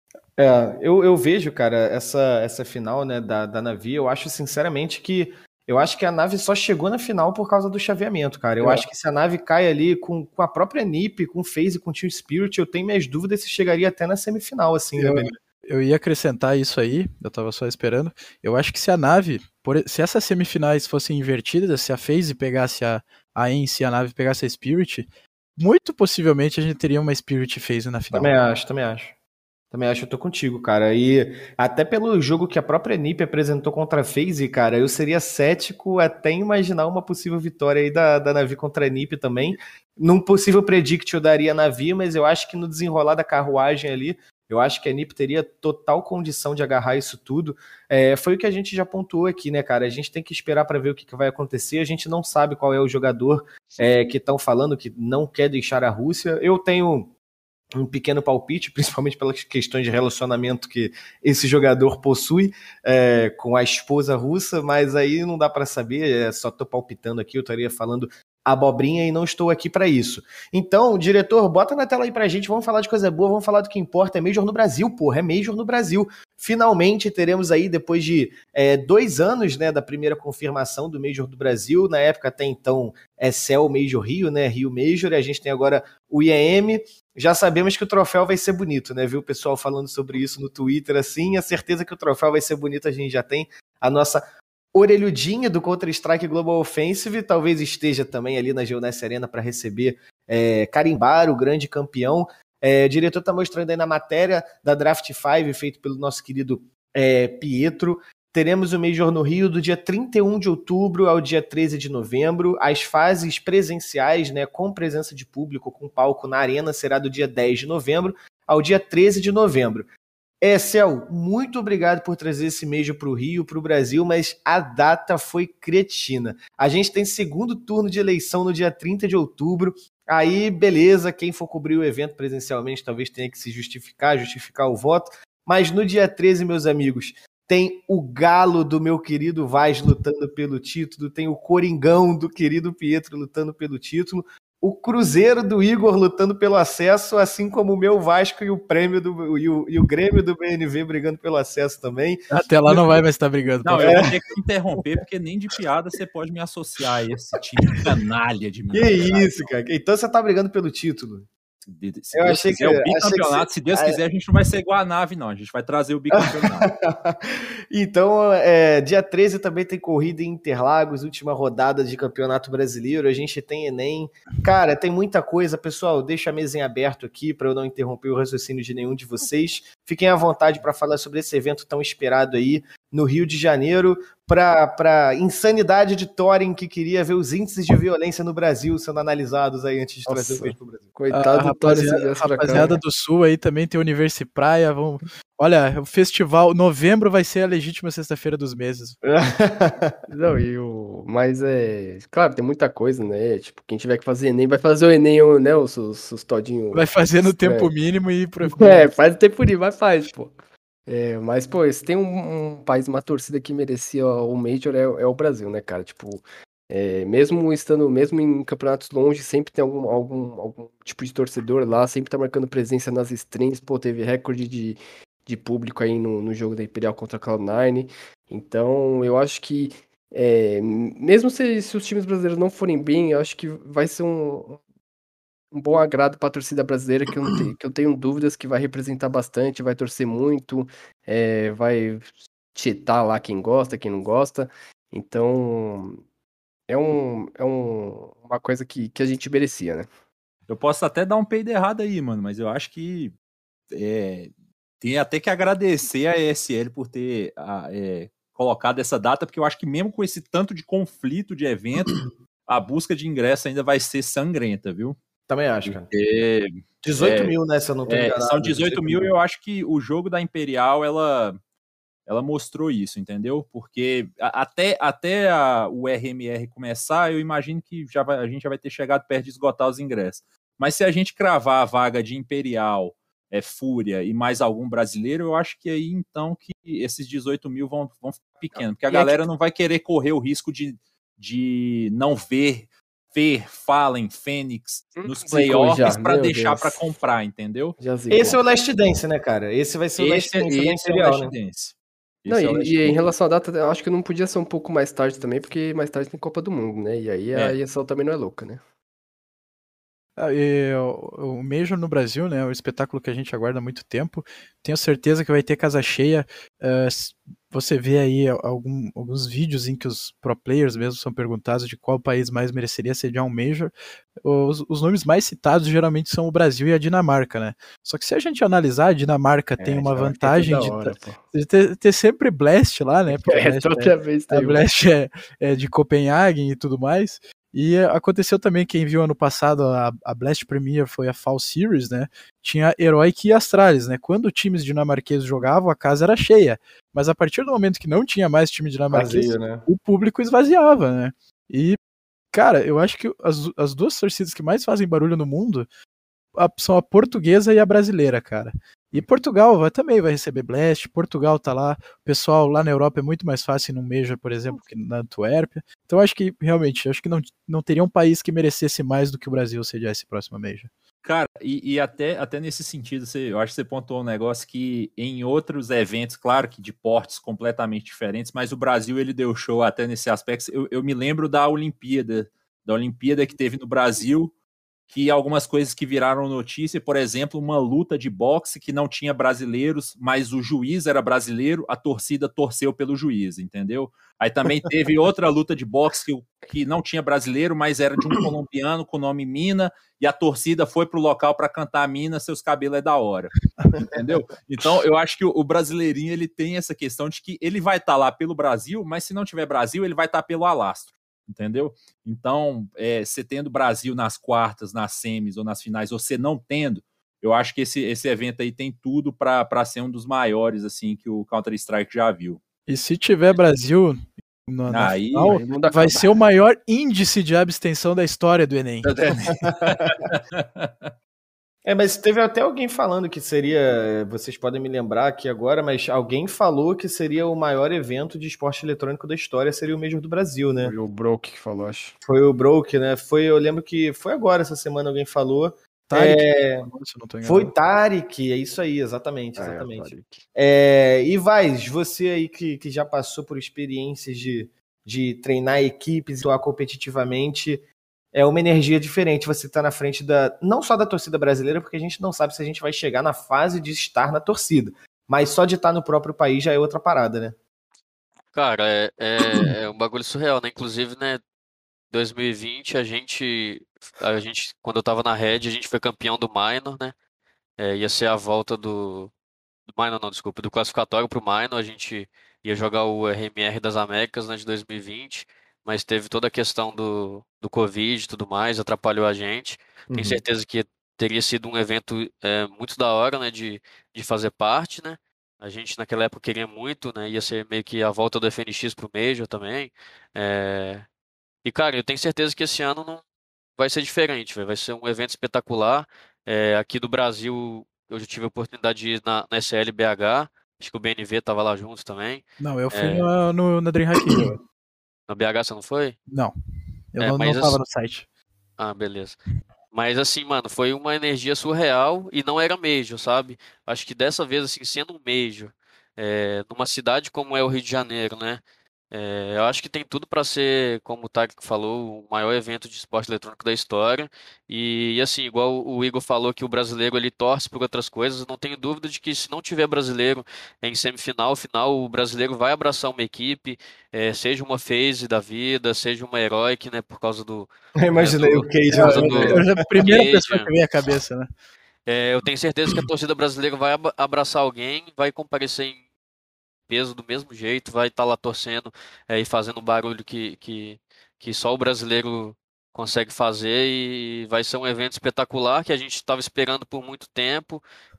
É, eu, eu vejo, cara, essa, essa final, né, da, da Navi, eu acho sinceramente que eu acho que a nave só chegou na final por causa do chaveamento, cara. Eu É, acho que se a nave cai ali com, com a própria N I P, com o FaZe, com o Team Spirit, eu tenho minhas dúvidas se chegaria até na semifinal, assim, né, Eu, velho? eu ia acrescentar isso aí, eu tava só esperando. Eu acho que se a nave, por, se essas semifinais fossem invertidas, se a FaZe pegasse a, a Ence e a nave pegasse a Spirit, muito possivelmente a gente teria uma Spirit FaZe na final. Também acho, também acho. Também acho que eu tô contigo, cara. E até pelo jogo que a própria N I P apresentou contra a FaZe, cara, eu seria cético até imaginar uma possível vitória aí da, da Navi contra a N I P também. Num possível predict eu daria a Navi, mas eu acho que no desenrolar da carruagem ali, eu acho que a N I P teria total condição de agarrar isso tudo. É, foi o que a gente já pontuou aqui, né, cara? A gente tem que esperar para ver o que, que vai acontecer. A gente não sabe qual é o jogador é, que estão falando que não quer deixar a Rússia. Eu tenho um pequeno palpite, principalmente pelas questões de relacionamento que esse jogador possui é, com a esposa russa, mas aí não dá para saber, é, só tô palpitando aqui, eu estaria falando abobrinha e não estou aqui para isso. Então, diretor, bota na tela aí pra gente, vamos falar de coisa boa, vamos falar do que importa, é Major no Brasil, porra, é Major no Brasil. Finalmente teremos aí, depois de é, dois anos, né, da primeira confirmação do Major do Brasil, na época até então é C E L Major Rio, né, Rio Major, e a gente tem agora o I E M. Já sabemos que o troféu vai ser bonito, né? Viu o pessoal falando sobre isso no Twitter, assim, a certeza que o troféu vai ser bonito, a gente já tem a nossa orelhudinha do Counter-Strike Global Offensive, talvez esteja também ali na Geoness Arena para receber, é, carimbar o grande campeão. É, o diretor está mostrando aí na matéria da Draft cinco, feito pelo nosso querido é, Pietro. Teremos o Major no Rio do dia trinta e um de outubro ao dia treze de novembro. As fases presenciais, né, com presença de público, com palco na arena, será do dia dez de novembro ao dia treze de novembro. É, Cel, muito obrigado por trazer esse Major para o Rio, para o Brasil, mas a data foi cretina. A gente tem segundo turno de eleição no dia trinta de outubro. Aí, beleza, quem for cobrir o evento presencialmente talvez tenha que se justificar, justificar o voto. Mas no dia treze, meus amigos, tem o galo do meu querido Vaz lutando pelo título, tem o Coringão do querido Pietro lutando pelo título, o Cruzeiro do Igor lutando pelo acesso, assim como o meu Vasco e o prêmio do, e, o, e o Grêmio do B N V brigando pelo acesso também. Até lá não vai mais estar brigando. Não, pô. eu vou ter que interromper, porque nem de piada você pode me associar a esse time canalha de mim. Que isso, cara. Então você tá brigando pelo título. Se Eu Deus achei quiser, que- o bicampeonato, achei que se Deus você- quiser, a gente não vai ser igual a nave, não. A gente vai trazer o bicampeonato. Então, é, dia treze também tem corrida em Interlagos, última rodada de Campeonato Brasileiro. A gente tem Enem. Cara, tem muita coisa. Pessoal, deixa a mesa em aberto aqui para eu não interromper o raciocínio de nenhum de vocês. Fiquem à vontade para falar sobre esse evento tão esperado aí no Rio de Janeiro, para insanidade de Thorin, que queria ver os índices de violência no Brasil sendo analisados aí antes de Nossa. trazer o beijo pro Brasil. Coitado A do Tório se rapaziada, viesse pra cá. rapaziada do Sul aí também tem Universo Praia. Vamos... Olha, o festival, novembro vai ser a legítima sexta-feira dos meses. Não, e o... Mas é... Claro, tem muita coisa, né? Tipo, quem tiver que fazer Enem, vai fazer o Enem, o- né? Os, os, os todinhos... Vai fazer no tempo É. mínimo e pro... É, faz o tempo livre, vai faz, pô. É, mas, pô, se tem um, um país, uma torcida que merecia o Major, é, é o Brasil, né, cara? Tipo, é, mesmo estando, mesmo em campeonatos longe, sempre tem algum, algum, algum tipo de torcedor lá, sempre tá marcando presença nas streams, pô, teve recorde de, de público aí no, no jogo da Imperial contra a Cloud nine. Então, eu acho que é, mesmo se, se os times brasileiros não forem bem, eu acho que vai ser um, um bom agrado para a torcida brasileira, que eu, não te- que eu tenho dúvidas que vai representar bastante, vai torcer muito, é, vai chetar lá quem gosta, quem não gosta. Então, é, um, é um, uma coisa que, que a gente merecia, né? Eu posso até dar um peido errado aí, mano, mas eu acho que é, tem até que agradecer a E S L por ter a, é, colocado essa data, porque eu acho que mesmo com esse tanto de conflito de evento, a busca de ingresso ainda vai ser sangrenta, viu? Também acho, cara. Porque, dezoito é, mil, né? Se eu não tô é, enganado. são dezoito mil, eu acho que o jogo da Imperial, ela, ela mostrou isso, entendeu? Porque a- até, até a- o R M R começar, eu imagino que já vai- a gente já vai ter chegado perto de esgotar os ingressos. Mas se a gente cravar a vaga de Imperial, é, Fúria e mais algum brasileiro, eu acho que aí então que esses dezoito mil vão, vão ficar pequenos, porque a E é que- galera não vai querer correr o risco de, de não ver, ver Fallen, Fênix Hum, nos zicou playoffs já, para meu deixar Deus. para comprar, entendeu? Já zicou. Esse é o Last Dance, né, cara? Esse vai ser o Last Esse, Dance da esse é o Imperial, Last né? Dance. Não, Esse é o e, Last e em Dance. relação à data, eu acho que não podia ser um pouco mais tarde também, porque mais tarde tem Copa do Mundo, né? E aí a É. E S L também não é louca, né? Ah, e o, o Major no Brasil, né, é um espetáculo que a gente aguarda há muito tempo. Tenho certeza que vai ter casa cheia. Uh, você vê aí algum, alguns vídeos em que os pro players mesmo são perguntados de qual país mais mereceria sediar um Major. Os, os nomes mais citados geralmente são o Brasil e a Dinamarca, né? Só que se a gente analisar, a Dinamarca tem É, uma Dinamarca tem vantagem toda de, hora, pô. de ter, ter sempre Blast lá, né? Porque a É, Blast, é, toda vez a tem um. Blast é, é de Copenhagen e tudo mais. E aconteceu também, quem viu ano passado, a, a Blast Premier foi a Fall Series, né? Tinha Heroic e Astralis, né? Quando times dinamarqueses jogavam, a casa era cheia. Mas a partir do momento que não tinha mais time dinamarquês, Vazio, né? o público esvaziava, né? E, cara, eu acho que as, as duas torcidas que mais fazem barulho no mundo a, são a portuguesa e a brasileira, cara. E Portugal vai, também vai receber Blast, Portugal tá lá, o pessoal lá na Europa é muito mais fácil no Major, por exemplo, que na Antuérpia. Então acho que, realmente, acho que não, não teria um país que merecesse mais do que o Brasil sediar esse próximo Major. Cara, e, e até, até nesse sentido, você, eu acho que você pontuou um negócio que em outros eventos, claro que de portes completamente diferentes, mas o Brasil ele deu show até nesse aspecto. Eu, eu me lembro da Olimpíada, da Olimpíada que teve no Brasil, que algumas coisas que viraram notícia, por exemplo, uma luta de boxe que não tinha brasileiros, mas o juiz era brasileiro, a torcida torceu pelo juiz, entendeu? Aí também teve outra luta de boxe que, que não tinha brasileiro, mas era de um colombiano com o nome Mina, e a torcida foi pro local para cantar Mina, seus cabelos é da hora, entendeu? Então eu acho que o, o brasileirinho ele tem essa questão de que ele vai estar tá lá pelo Brasil, mas se não tiver Brasil, ele vai estar tá pelo alastro. Entendeu? Então, é, você tendo Brasil nas quartas, nas semis ou nas finais, ou você não tendo, eu acho que esse, esse evento aí tem tudo para ser um dos maiores assim que o Counter-Strike já viu. E se tiver Brasil na, na aí, final, aí vai ser o maior índice de abstenção da história do Enem. É, mas teve até alguém falando que seria, vocês podem me lembrar aqui agora, mas alguém falou que seria o maior evento de esporte eletrônico da história, seria o Major do Brasil, né? Foi o Broke que falou, acho. Foi o Broke, né? Foi, eu lembro que foi agora, essa semana, alguém falou. Tarek, é, se não tô enganado. Foi Tarek, é isso aí, exatamente, Ah, é, exatamente. Tarek. É, e Vaz, você aí que, que já passou por experiências de, de treinar equipes e atuar competitivamente, é uma energia diferente você estar tá na frente da, não só da torcida brasileira, porque a gente não sabe se a gente vai chegar na fase de estar na torcida, mas só de estar no próprio país já é outra parada, né? Cara, é, é, é um bagulho surreal, né? Inclusive, né, dois mil e vinte a gente, a gente, quando eu tava na Red, a gente foi campeão do Minor, né? É, ia ser a volta do, do Minor, não, desculpa, do classificatório pro Minor, a gente ia jogar o R M R das Américas, né, de dois mil e vinte, mas teve toda a questão do, do Covid e tudo mais, atrapalhou a gente. Tenho Uhum. certeza que teria sido um evento é, muito da hora, né, de, de fazer parte, né? A gente naquela época queria muito, né? Ia ser meio que a volta do F N X pro Major também. É, E, cara, eu tenho certeza que esse ano não vai ser diferente, véio. Vai ser um evento espetacular. É, aqui do Brasil, eu já tive a oportunidade de ir na, na S L B H. Acho que o B N V tava lá junto também. Não, eu fui É, no, no, na DreamHack. na B H você não foi? Não, eu É, não, não mas tava assim- no site. Ah, beleza. Mas assim, mano, foi uma energia surreal e não era Major, sabe? Acho que dessa vez, assim, sendo um Major, é, numa cidade como é o Rio de Janeiro, né? É, eu acho que tem tudo para ser, como o Tarek falou, o maior evento de esporte eletrônico da história. E, e assim, igual o Igor falou que o brasileiro ele torce por outras coisas, eu não tenho dúvida de que se não tiver brasileiro em semifinal, final, o brasileiro vai abraçar uma equipe, é, seja uma FaZe da vida, seja uma Heroic, né, por causa do, Eu é, imaginei do, o Cage por causa lá. do, Eu já- a primeira do pessoa Cade. que vem à cabeça, né? É, eu tenho certeza que a torcida brasileira vai ab- abraçar alguém, vai comparecer em peso do mesmo jeito, vai estar lá torcendo é, e fazendo o barulho que, que, que só o brasileiro consegue fazer e vai ser um evento espetacular que a gente estava esperando por muito tempo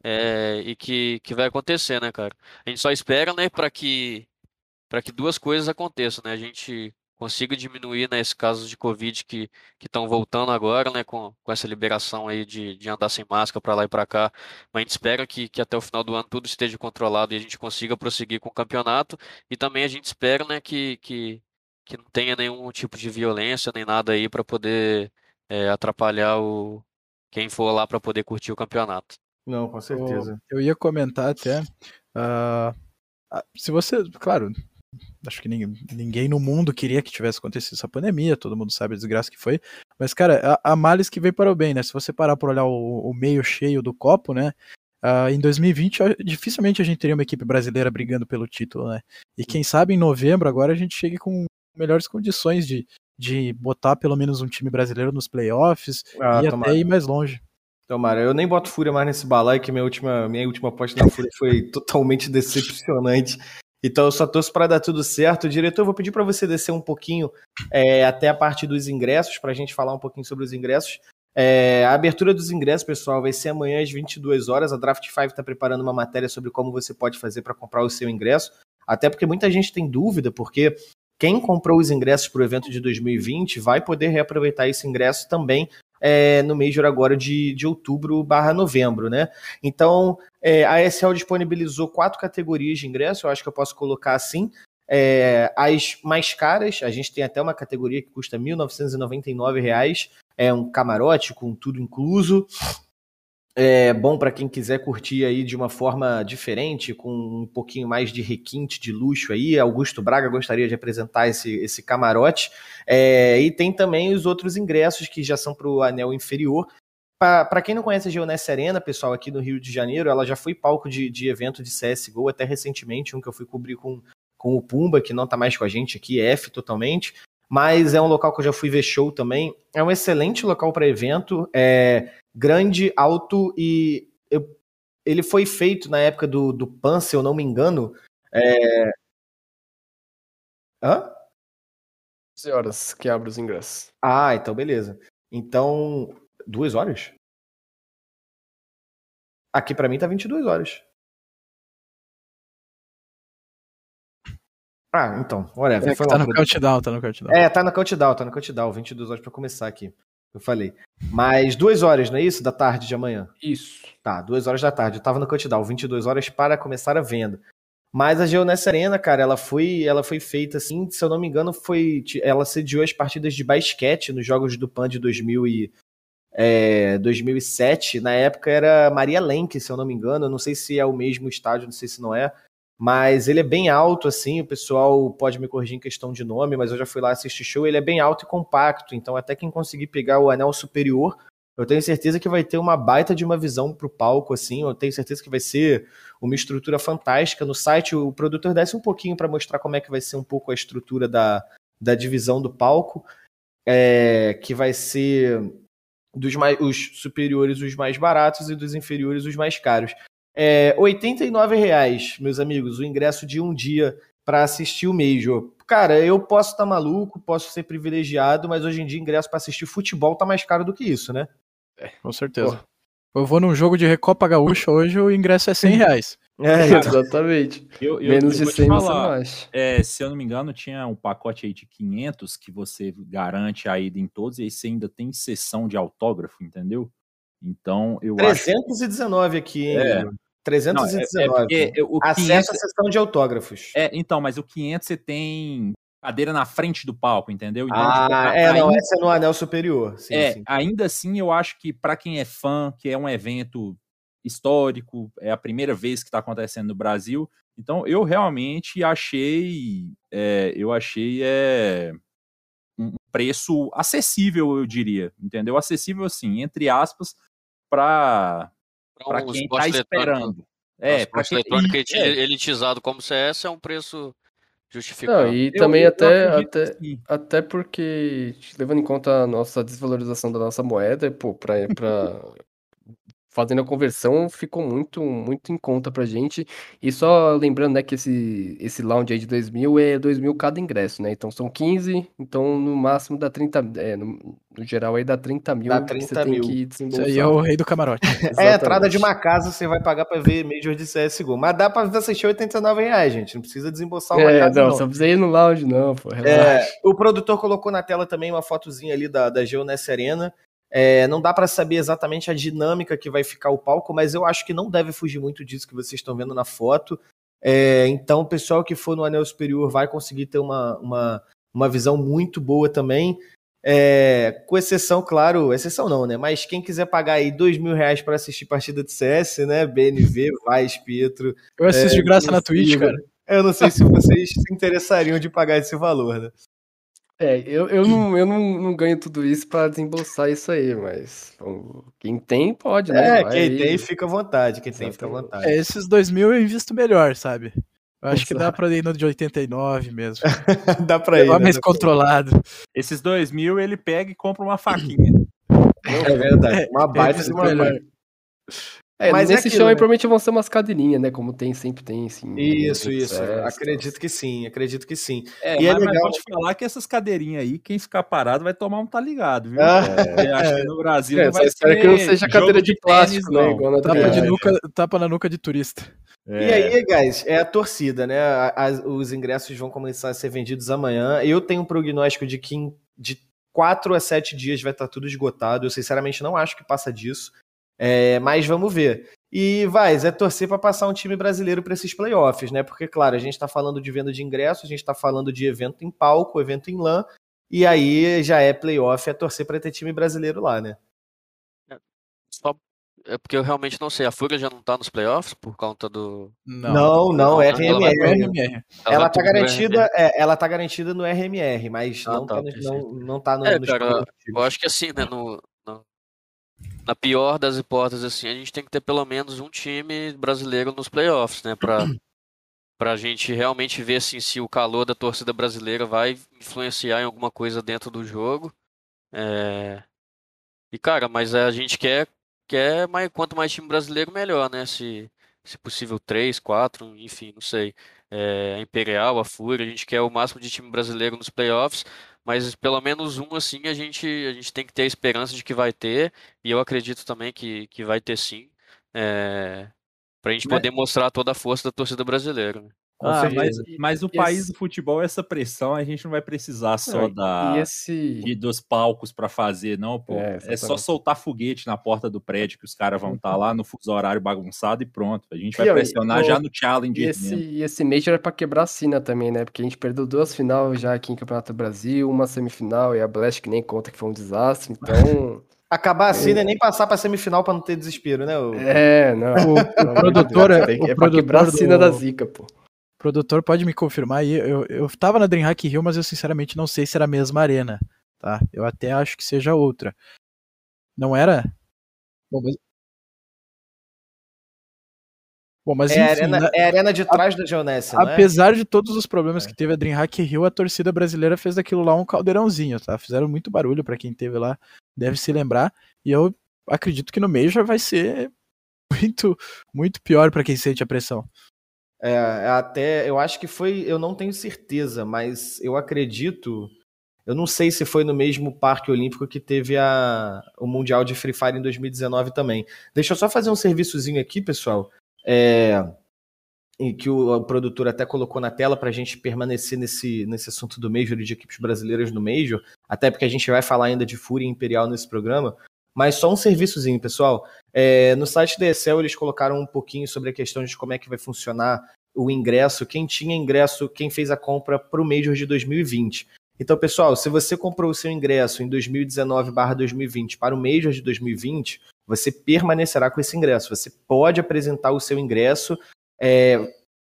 é, e que, que vai acontecer, né, cara? A gente só espera, né, para que para que duas coisas aconteçam, né? A gente consiga diminuir, né, esses casos de Covid que que estão voltando agora, né, com, com essa liberação aí de, de andar sem máscara para lá e para cá. Mas a gente espera que, que até o final do ano tudo esteja controlado e a gente consiga prosseguir com o campeonato. E também a gente espera, né, que, que, que não tenha nenhum tipo de violência nem nada aí para poder é, atrapalhar o quem for lá para poder curtir o campeonato. Não, com Eu, certeza. eu ia comentar até. ah, ah, se você. Claro, acho que ninguém, ninguém no mundo queria que tivesse acontecido essa pandemia, todo mundo sabe a desgraça que foi. Mas, cara, há males que vem para o bem, né? Se você parar por olhar o, o meio cheio do copo, né? Uh, em dois mil e vinte, dificilmente a gente teria uma equipe brasileira brigando pelo título, né? E quem sabe em novembro agora a gente chegue com melhores condições de, de botar pelo menos um time brasileiro nos playoffs Ah, e tomara. até ir mais longe. Tomara, eu nem boto Fúria mais nesse balaio, que minha última, minha última aposta na Fúria foi totalmente decepcionante. Então eu só torço para dar tudo certo. Diretor, eu vou pedir para você descer um pouquinho é, até a parte dos ingressos, para a gente falar um pouquinho sobre os ingressos. É, a abertura dos ingressos, pessoal, vai ser amanhã às vinte e duas horas. A Draft cinco está preparando uma matéria sobre como você pode fazer para comprar o seu ingresso. Até porque muita gente tem dúvida, porque quem comprou os ingressos para o evento de dois mil e vinte vai poder reaproveitar esse ingresso também É, no Major agora de, de outubro barra novembro, né? Então, é, a E S L disponibilizou quatro categorias de ingresso, eu acho que eu posso colocar assim. É, as mais caras, a gente tem até uma categoria que custa mil novecentos e noventa e nove reais, é um camarote com tudo incluso. É bom para quem quiser curtir aí de uma forma diferente, com um pouquinho mais de requinte, de luxo aí. Augusto Braga gostaria de apresentar esse, esse camarote. É, e tem também os outros ingressos que já são para o anel inferior. Para quem não conhece a Geonesse Arena, pessoal, aqui no Rio de Janeiro, ela já foi palco de, de evento de C S G O até recentemente, um que eu fui cobrir com, com o Pumba, que não está mais com a gente aqui, F totalmente. Mas é um local que eu já fui ver show também. É um excelente local para evento, é grande, alto e eu, ele foi feito na época do, do Pan, se eu não me engano. É... Hã? doze horas que abre os ingressos. Ah, então beleza. Então, duas horas? Aqui para mim tá vinte e duas horas. Ah, então, whatever. É, Foi tá mal, no countdown, tá no countdown. É, tá no countdown, tá no countdown, vinte e duas horas pra começar aqui. Eu falei. Mas duas horas, não é isso? Da tarde de amanhã? Isso. Tá, duas horas da tarde. Eu tava no countdown, vinte e duas horas para começar a venda. Mas a Geonesse Arena, cara, ela foi, ela foi feita assim, se eu não me engano, foi, ela sediou as partidas de basquete nos Jogos do Pan de dois mil e, é, dois mil e sete. Na época era Maria Lenk, se eu não me engano. Eu não sei se é o mesmo estádio, não sei se não é. Mas ele é bem alto, assim, o pessoal pode me corrigir em questão de nome, mas eu já fui lá assistir show, ele é bem alto e compacto, então até quem conseguir pegar o anel superior, eu tenho certeza que vai ter uma baita de uma visão pro palco, assim, eu tenho certeza que vai ser uma estrutura fantástica. No site o produtor desce um pouquinho para mostrar como é que vai ser um pouco a estrutura da, da divisão do palco, é, que vai ser dos mais, os superiores os mais baratos e dos inferiores os mais caros. É, oitenta e nove reais, meus amigos, o ingresso de um dia para assistir o Major. Cara, eu posso estar tá maluco, posso ser privilegiado, mas hoje em dia ingresso para assistir futebol tá mais caro do que isso, né? É, com certeza. Pô. Eu vou num jogo de Recopa Gaúcha hoje, o ingresso é cem reais. É, então. Exatamente. Eu, eu, Menos eu de cem você não falar, acha. é, se eu não me engano, tinha um pacote aí de quinhentos que você garante a ida em todos, e aí você ainda tem sessão de autógrafo, entendeu? Então, eu trezentos e dezenove acho... aqui, hein? É. trezentos e dezenove. Não, é, é o Acesso quinhentos... à sessão de autógrafos. É, então, mas o quinhentos você tem cadeira na frente do palco, entendeu? Então, ah, tipo, é, ainda... não, essa é no anel superior. Sim, é, sim. ainda assim, eu acho que para quem é fã, que é um evento histórico, é a primeira vez que está acontecendo no Brasil, Então, eu realmente achei, é, eu achei é, um preço acessível, eu diria, entendeu? Acessível, assim, entre aspas, para Para um quem esporte está eletrônico, esperando. pra um É, para esporte quem... eletrônico É, elitizado como C S é um preço Não, justificável. e eu, também eu, eu até, acredito até, que sim. até porque, levando em conta a nossa desvalorização da nossa moeda, pô, pra, pra, fazendo a conversão, ficou muito, muito em conta pra gente. E só lembrando, né, que esse, esse lounge aí de dois mil é dois mil cada ingresso, né? Então são quinze, então no máximo dá trinta, é, no, no geral aí dá trinta Dá mil que você trinta tem mil. que Isso aí é desembolsar. o rei do camarote. É a entrada de Exatamente. uma casa, você vai pagar pra ver Major de C S G O. Mas dá pra assistir oitenta e nove reais, gente. Não precisa desembolsar uma É, casa, não, não. só precisa ir no lounge, não, pô, É, relaxa. o produtor colocou na tela também uma fotozinha ali da, da Geoness Arena. É, não dá pra saber exatamente a dinâmica que vai ficar o palco, mas eu acho que não deve fugir muito disso que vocês estão vendo na foto. É, então, o pessoal que for no anel superior vai conseguir ter uma, uma, uma visão muito boa também. É, com exceção, claro, exceção não, né? Mas quem quiser pagar aí dois mil reais para assistir partida de C S, né? B N V, Vaz, Pietro. Eu assisto é, de graça não na sei, Twitch, cara. Eu não sei se vocês se interessariam de pagar esse valor, né? É, eu, eu, não, eu não, não ganho tudo isso pra desembolsar isso aí, mas bom, quem tem pode, né? É, Vai quem tem aí. fica à vontade, quem tem fica à Exatamente. vontade. É, esses dois mil eu invisto melhor, sabe? Eu acho que dá Exato. pra ir no de oitenta e nove mesmo. Dá pra ir, Levar né? mais Dá pra ir. controlado. Esses dois mil ele pega e compra uma faquinha. É verdade, uma É, baita é de uma melhor. faca. É, Mas é nesse aquilo, show aí né? provavelmente vão ser umas cadeirinhas, né? Como tem, sempre tem, assim, em Isso, evento isso. C S e tal. Acredito que sim, acredito que sim. É, E é mas, mas legal. pode falar que essas cadeirinhas aí, quem ficar parado vai tomar um tá ligado, viu? Ah, Eu acho que no Brasil É, não só vai espero que não ser seja jogo cadeira de de plástico, tênis, né? não. Igual na Tapa, de Dreamhack. nuca, tapa na nuca de turista. E aí, guys, é a torcida, né? A- as- os ingressos vão começar a ser vendidos amanhã. Eu tenho um prognóstico de que em- de quatro a sete dias vai estar tudo esgotado. Eu sinceramente não acho que passa disso. É, mas vamos ver. E vai, é torcer para passar um time brasileiro para esses playoffs, né? Porque, claro, a gente está falando de venda de ingressos, a gente está falando de evento em palco, evento em LAN, e aí já é playoff, é torcer para ter time brasileiro lá, né? Só é porque eu realmente não sei. A Fúria já não tá nos playoffs por conta do. Não. Não, não, Não, ela vai R M R. pro- R M R. Ela vai tá pro garantida, R M R. é, ela tá garantida no R M R, mas Ah, não, tá, tá no, perfeito. não, não tá no, É, nos cara, playoffs. eu acho que assim, né? No, no- na pior das hipóteses, assim, a gente tem que ter pelo menos um time brasileiro nos playoffs, né? Pra, pra gente realmente ver assim, se o calor da torcida brasileira vai influenciar em alguma coisa dentro do jogo. É, E, cara, mas a gente quer, quer mais, quanto mais time brasileiro, melhor, né? Se, se possível, três, quatro, enfim, não sei. É, a Imperial, a Fúria, a gente quer o máximo de time brasileiro nos playoffs, mas pelo menos um, assim, a gente, a gente tem que ter a esperança de que vai ter, e eu acredito também que, que vai ter sim, é, pra gente Mas- poder mostrar toda a força da torcida brasileira, né? Com Ah, mas, certeza. mas o E país esse- do futebol, essa pressão, a gente não vai precisar só Não, e da, esse. de- dos palcos pra fazer, não, pô. É, É só exatamente. soltar foguete na porta do prédio que os caras vão estar lá no fuso horário bagunçado e pronto. A gente vai E, ó, e- pressionar ô, já no E Challenger esse, mesmo. e esse Major é pra quebrar a sina também, né? Porque a gente perdeu duas finais já aqui em Campeonato do Brasil, uma semifinal e a Blast que nem conta que foi um desastre. Então, Acabar assim, né? Nem passar pra semifinal pra não ter desespero, né? o- é, não. O, pelo o amor de produtor, Deus, é- tem que- o é pra quebrar a produtor sina da do, zica, pô. o produtor pode me confirmar aí. Eu, eu tava na DreamHack Rio, mas eu sinceramente não sei se era a mesma arena, tá? Eu até acho que seja outra. Não era? Bom, mas, Bom, mas É, a enfim, arena, né? é a arena de trás da Geoness, não é? Apesar de todos os problemas que teve a DreamHack Rio, a torcida brasileira fez daquilo lá um caldeirãozinho, tá? Fizeram muito barulho pra quem teve lá, deve se lembrar. E eu acredito que no Major vai ser muito, muito pior pra quem sente a pressão. É, até, eu acho que foi, eu não tenho certeza, mas eu acredito, eu não sei se foi no mesmo Parque Olímpico que teve a, o Mundial de Free Fire em dois mil e dezenove também. Deixa eu só fazer um serviçozinho aqui, pessoal, é, em que o, o produtor até colocou na tela para a gente permanecer nesse, nesse assunto do Major e de equipes brasileiras no Major, até porque a gente vai falar ainda de Fúria Imperial nesse programa, mas só um serviçozinho, pessoal. É, no site da Excel eles colocaram um pouquinho sobre a questão de como é que vai funcionar o ingresso, quem tinha ingresso, quem fez a compra para o Major de dois mil e vinte. Então, pessoal, se você comprou o seu ingresso em dois mil e dezenove barra dois mil e vinte para o Major de dois mil e vinte, você permanecerá com esse ingresso. Você pode apresentar o seu ingresso, é,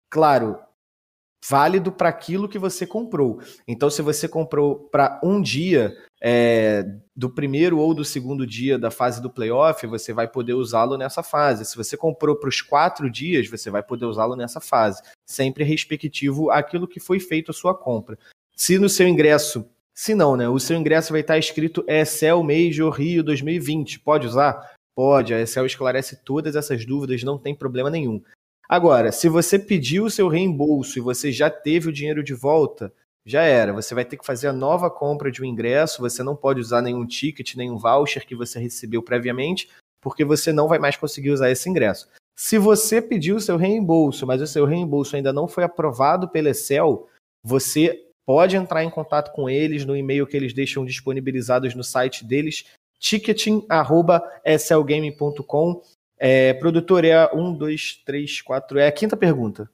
claro, válido para aquilo que você comprou. Então, se você comprou para um dia é, do primeiro ou do segundo dia da fase do playoff, você vai poder usá-lo nessa fase. Se você comprou para os quatro dias, você vai poder usá-lo nessa fase. Sempre respectivo àquilo que foi feito a sua compra. Se no seu ingresso, se não, né? O seu ingresso vai estar escrito E S L Major Rio dois mil e vinte. Pode usar? Pode. A E S L esclarece todas essas dúvidas, não tem problema nenhum. Agora, se você pediu o seu reembolso e você já teve o dinheiro de volta, já era. Você vai ter que fazer a nova compra de um ingresso, você não pode usar nenhum ticket, nenhum voucher que você recebeu previamente, porque você não vai mais conseguir usar esse ingresso. Se você pediu o seu reembolso, mas o seu reembolso ainda não foi aprovado pela E S L, você pode entrar em contato com eles no e-mail que eles deixam disponibilizados no site deles, ticketing arroba s l gaming ponto com. É, produtor, é a um, dois, três, quatro, é a quinta pergunta.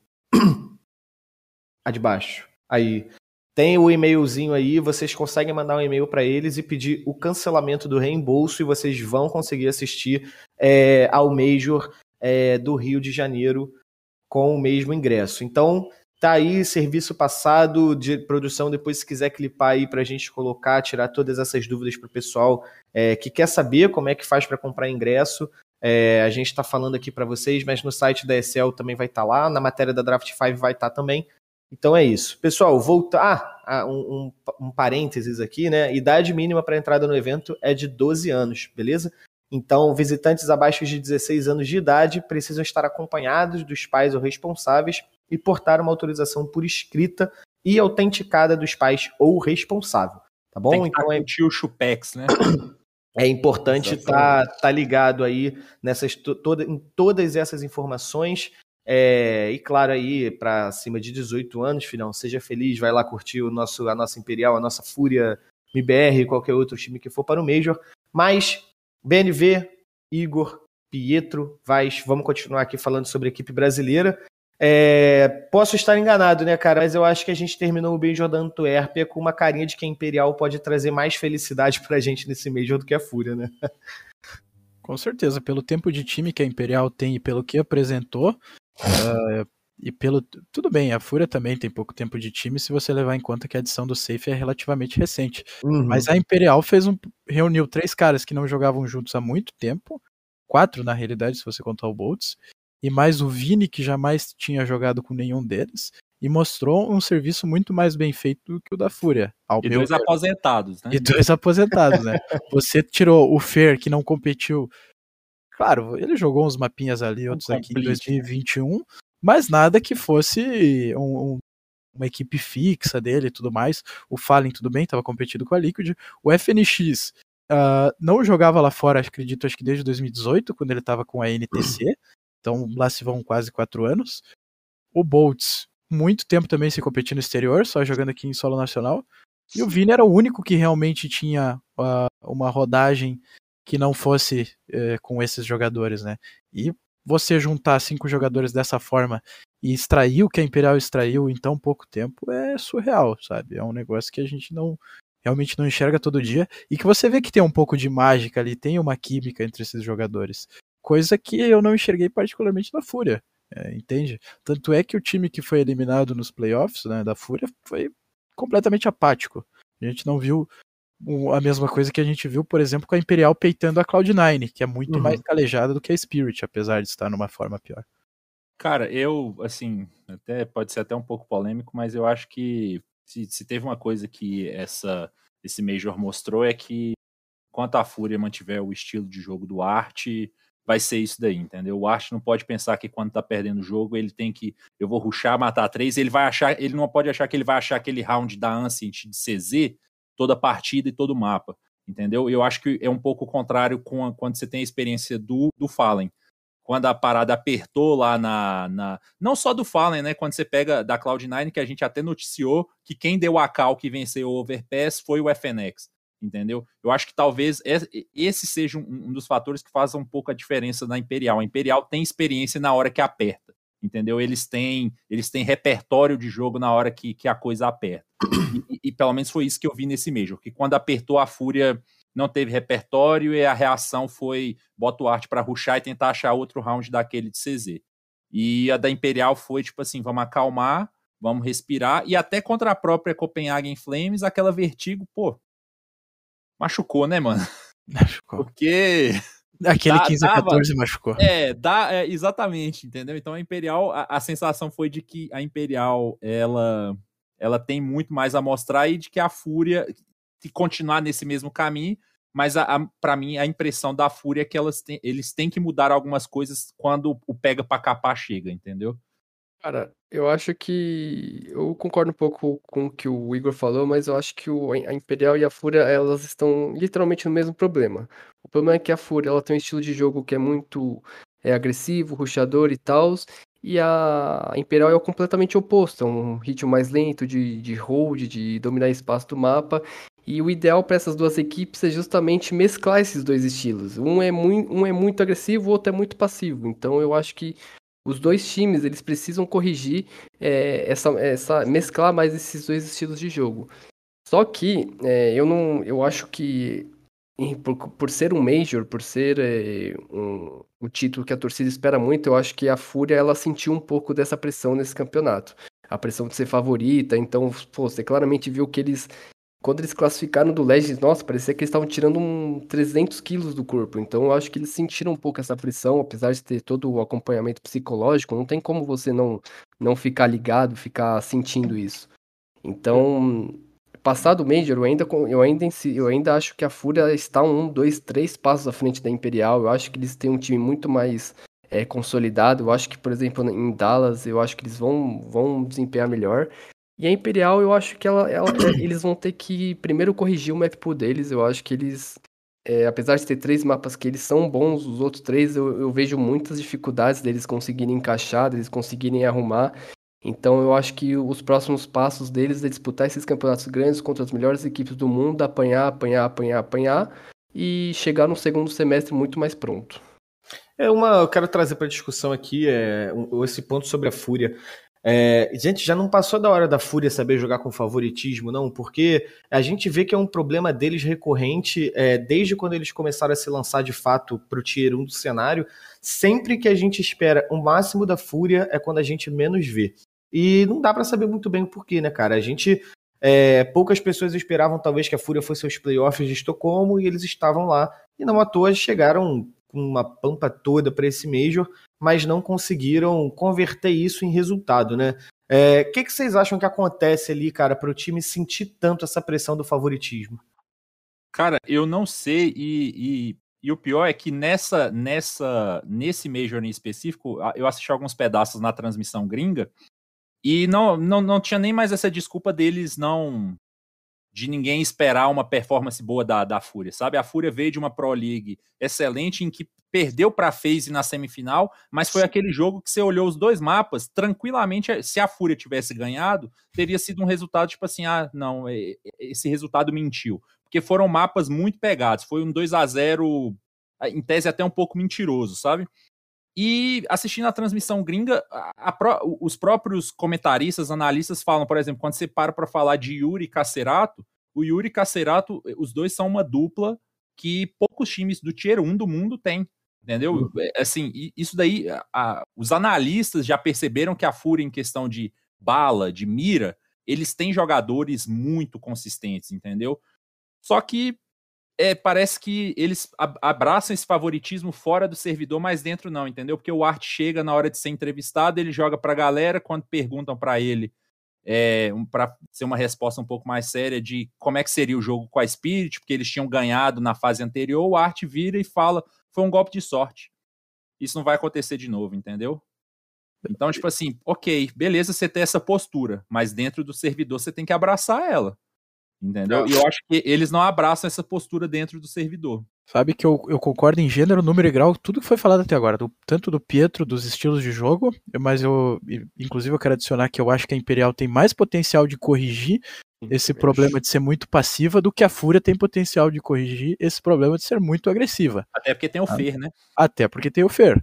A de baixo. Aí, tem o e-mailzinho aí, vocês conseguem mandar um e-mail para eles e pedir o cancelamento do reembolso e vocês vão conseguir assistir é, ao Major é, do Rio de Janeiro com o mesmo ingresso. Então, tá aí, serviço passado de produção, depois se quiser clipar aí pra gente colocar, tirar todas essas dúvidas pro pessoal é, que quer saber como é que faz para comprar ingresso. É, a gente está falando aqui para vocês, mas no site da E S L também vai estar tá lá, na matéria da Draft cinco vai estar tá também. Então é isso. Pessoal, voltar ah, um, um, um parênteses aqui, né? Idade mínima para entrada no evento é de doze anos, beleza? Então, visitantes abaixo de dezesseis anos de idade precisam estar acompanhados dos pais ou responsáveis e portar uma autorização por escrita e autenticada dos pais ou responsável, tá bom? Tem que então tá é com o tio Chupex, né? É importante estar tá, tá ligado aí nessas, toda, em todas essas informações. É, e claro, aí, para acima de dezoito anos, filhão, seja feliz, vai lá curtir o nosso, a nossa Imperial, a nossa Fúria, M B R, qualquer outro time que for para o Major. Mas, B N V, Igor, Pietro, Vaz, vamos continuar aqui falando sobre a equipe brasileira. É, posso estar enganado, né, cara? Mas eu acho que a gente terminou o Major da Antuérpia com uma carinha de que a Imperial pode trazer mais felicidade pra gente nesse Major do que a Fúria, né? Com certeza, pelo tempo de time que a Imperial tem e pelo que apresentou, uh, e pelo... Tudo bem, a Fúria também tem pouco tempo de time, se você levar em conta que a adição do Safe é relativamente recente. Uhum. Mas a Imperial fez um... reuniu três caras que não jogavam juntos há muito tempo, quatro na realidade, se você contar o Boltz, e mais o Vini, que jamais tinha jogado com nenhum deles, e mostrou um serviço muito mais bem feito do que o da Fúria. Ao E meu dois ver. aposentados, né? E dois aposentados, né? Você tirou o Fer, que não competiu. Claro, ele jogou uns mapinhas ali, outros aqui em dois mil e vinte e um, mas nada que fosse um, um, uma equipe fixa dele e tudo mais. O Fallen, tudo bem, estava competindo com a Liquid. O F N X uh, não jogava lá fora, acredito, acho que desde dois mil e dezoito, quando ele estava com a N T C. Então lá se vão quase quatro anos. O Boltz, muito tempo também se competir no exterior, só jogando aqui em solo nacional. E o Vini era o único que realmente tinha uh, uma rodagem que não fosse uh, com esses jogadores, né? E você juntar cinco jogadores dessa forma e extrair o que a Imperial extraiu em tão pouco tempo é surreal, sabe? É um negócio que a gente não realmente não enxerga todo dia e que você vê que tem um pouco de mágica ali, tem uma química entre esses jogadores. Coisa que eu não enxerguei particularmente na Fúria, é, entende? Tanto é que o time que foi eliminado nos playoffs, né, da Fúria foi completamente apático. A gente não viu a mesma coisa que a gente viu, por exemplo, com a Imperial peitando a Cloud nine, que é muito uhum. mais calejada do que a Spirit, apesar de estar numa forma pior. Cara, eu, assim, até pode ser até um pouco polêmico, mas eu acho que se, se teve uma coisa que essa, esse Major mostrou é que enquanto a Fúria mantiver o estilo de jogo do Art, vai ser isso daí, entendeu? O Art não pode pensar que quando tá perdendo o jogo, ele tem que, eu vou rushar, matar três, ele vai achar, ele não pode achar que ele vai achar aquele round da Ancient de C Z toda a partida e todo o mapa, entendeu? Eu acho que é um pouco o contrário com a, quando você tem a experiência do, do Fallen. Quando a parada apertou lá na, na... Não só do Fallen, né? Quando você pega da Cloud nine, que a gente até noticiou que quem deu a cal que venceu o Overpass foi o F N X, entendeu? Eu acho que talvez esse seja um, um dos fatores que faz um pouco a diferença na Imperial. A Imperial tem experiência na hora que aperta, entendeu? Eles têm, eles têm repertório de jogo na hora que, que a coisa aperta. E, e pelo menos foi isso que eu vi nesse Major, que quando apertou a Fúria não teve repertório e a reação foi bota o Art pra rushar e tentar achar outro round daquele de C Z. E a da Imperial foi tipo assim, vamos acalmar, vamos respirar. E até contra a própria Copenhagen Flames, aquela Vertigo, pô, machucou, né, mano? Machucou. Porque... Aquele dá, quinze a dava, quatorze machucou. É, dá, é, exatamente, entendeu? Então a Imperial, a, a sensação foi de que a Imperial, ela, ela tem muito mais a mostrar e de que a Fúria, se continuar nesse mesmo caminho, mas a, a, pra mim a impressão da Fúria é que elas têm, eles têm que mudar algumas coisas quando o pega pra capar chega, entendeu? Cara, eu acho que eu concordo um pouco com o que o Igor falou, mas eu acho que o, a Imperial e a Fúria, elas estão literalmente no mesmo problema. O problema é que a Fúria, ela tem um estilo de jogo que é muito é, agressivo, rushador e tal, e a Imperial é o completamente oposto, é um ritmo mais lento de, de hold, de dominar espaço do mapa, e o ideal para essas duas equipes é justamente mesclar esses dois estilos. Um é, mui, um é muito agressivo, o outro é muito passivo, então eu acho que os dois times, eles precisam corrigir é, essa, essa, mesclar mais esses dois estilos de jogo. Só que é, eu não, eu acho que por, por ser um Major, por ser é, um, o título que a torcida espera muito, eu acho que a Fúria, ela sentiu um pouco dessa pressão nesse campeonato. A pressão de ser favorita, então, pô, você claramente viu que eles... Quando eles classificaram do Legends, nossa, parecia que eles estavam tirando um trezentos quilos do corpo. Então eu acho que eles sentiram um pouco essa pressão, apesar de ter todo o acompanhamento psicológico, não tem como você não, não ficar ligado, ficar sentindo isso. Então, passado o Major, eu ainda, eu, ainda, eu ainda acho que a Fúria está um, dois, três passos à frente da Imperial. Eu acho que eles têm um time muito mais é, consolidado. Eu acho que, por exemplo, em Dallas, eu acho que eles vão, vão desempenhar melhor. E a Imperial, eu acho que ela, ela, eles vão ter que primeiro corrigir o map pool deles. Eu acho que eles, é, apesar de ter três mapas que eles são bons, os outros três eu, eu vejo muitas dificuldades deles conseguirem encaixar, deles conseguirem arrumar. Então eu acho que os próximos passos deles é disputar esses campeonatos grandes contra as melhores equipes do mundo, apanhar, apanhar, apanhar, apanhar e chegar no segundo semestre muito mais pronto. É uma, eu quero trazer para discussão aqui é, um, esse ponto sobre a Fúria. É, gente, já não passou da hora da Fúria saber jogar com favoritismo, não? Porque a gente vê que é um problema deles recorrente é, desde quando eles começaram a se lançar de fato para o Tier um do cenário. Sempre que a gente espera o máximo da Fúria é quando a gente menos vê. E não dá para saber muito bem o porquê, né, cara? A gente, é, poucas pessoas esperavam talvez que a Fúria fosse aos playoffs de Estocolmo e eles estavam lá. E não à toa chegaram com uma pampa toda para esse Major, mas não conseguiram converter isso em resultado, né? O é, que, que vocês acham que acontece ali, cara, para o time sentir tanto essa pressão do favoritismo? Cara, eu não sei, e, e, e o pior é que nessa, nessa, nesse Major em específico, eu assisti alguns pedaços na transmissão gringa, e não, não, não tinha nem mais essa desculpa deles não... de ninguém esperar uma performance boa da, da Fúria, sabe? A Fúria veio de uma Pro League excelente, em que perdeu para a FaZe na semifinal, mas foi aquele jogo que você olhou os dois mapas, tranquilamente, se a Fúria tivesse ganhado, teria sido um resultado tipo assim, ah, não, esse resultado mentiu. Porque foram mapas muito pegados, foi um dois a zero, em tese até um pouco mentiroso, sabe? E assistindo a transmissão gringa, a, a, os próprios comentaristas, analistas falam, por exemplo, quando você para para falar de Yuri e Cacerato, o Yuri e Cacerato, os dois são uma dupla que poucos times do Tier um do mundo têm, entendeu? Uhum. Assim, isso daí, a, a, os analistas já perceberam que a Fúria, em questão de bala, de mira, eles têm jogadores muito consistentes, entendeu? Só que É, parece que eles abraçam esse favoritismo fora do servidor, mas dentro não, entendeu? Porque o Art chega na hora de ser entrevistado, ele joga pra galera, quando perguntam pra ele, é, um, pra ser uma resposta um pouco mais séria de como é que seria o jogo com a Spirit, porque eles tinham ganhado na fase anterior, o Art vira e fala, foi um golpe de sorte. Isso não vai acontecer de novo, entendeu? Então, tipo assim, ok, beleza você ter essa postura, mas dentro do servidor você tem que abraçar ela. Entendeu? E eu acho que eles não abraçam essa postura dentro do servidor. Sabe que eu, eu concordo em gênero, número e grau, tudo que foi falado até agora, do, tanto do Pietro, dos estilos de jogo, mas eu, inclusive eu quero adicionar que eu acho que a Imperial tem mais potencial de corrigir esse problema de ser muito passiva do que a Fúria tem potencial de corrigir esse problema de ser muito agressiva. Até porque tem o Fer, né? Até porque tem o Fer.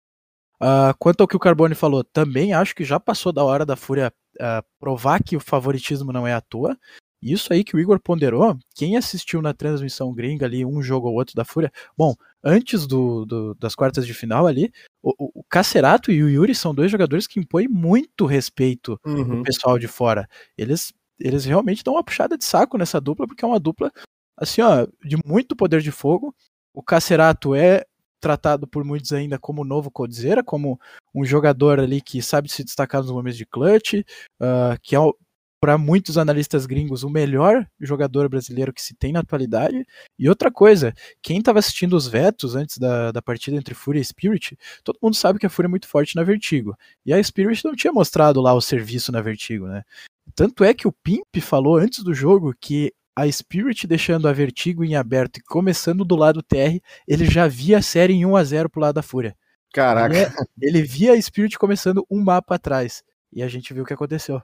Uh, quanto ao que o Carbone falou, também acho que já passou da hora da Fúria uh, provar que o favoritismo não é à toa. Isso aí que o Igor ponderou, quem assistiu na transmissão gringa ali um jogo ou outro da Fúria, bom, antes do, do, das quartas de final ali, o, o Cacerato e o Yuri são dois jogadores que impõem muito respeito Uhum. no pessoal de fora. Eles, eles realmente dão uma puxada de saco nessa dupla, porque é uma dupla, assim, ó, de muito poder de fogo. O Cacerato é tratado por muitos ainda como o novo Coldzera, como um jogador ali que sabe se destacar nos momentos de clutch, uh, que é, para muitos analistas gringos, o melhor jogador brasileiro que se tem na atualidade. E outra coisa, quem estava assistindo os vetos antes da, da partida entre Fúria e Spirit, todo mundo sabe que a Fúria é muito forte na Vertigo. E a Spirit não tinha mostrado lá o serviço na Vertigo, né? Tanto é que o Pimp falou antes do jogo que a Spirit deixando a Vertigo em aberto e começando do lado T R, ele já via a série em um a zero pro lado da Fúria. Caraca. Ele, ele via a Spirit começando um mapa atrás. E a gente viu o que aconteceu.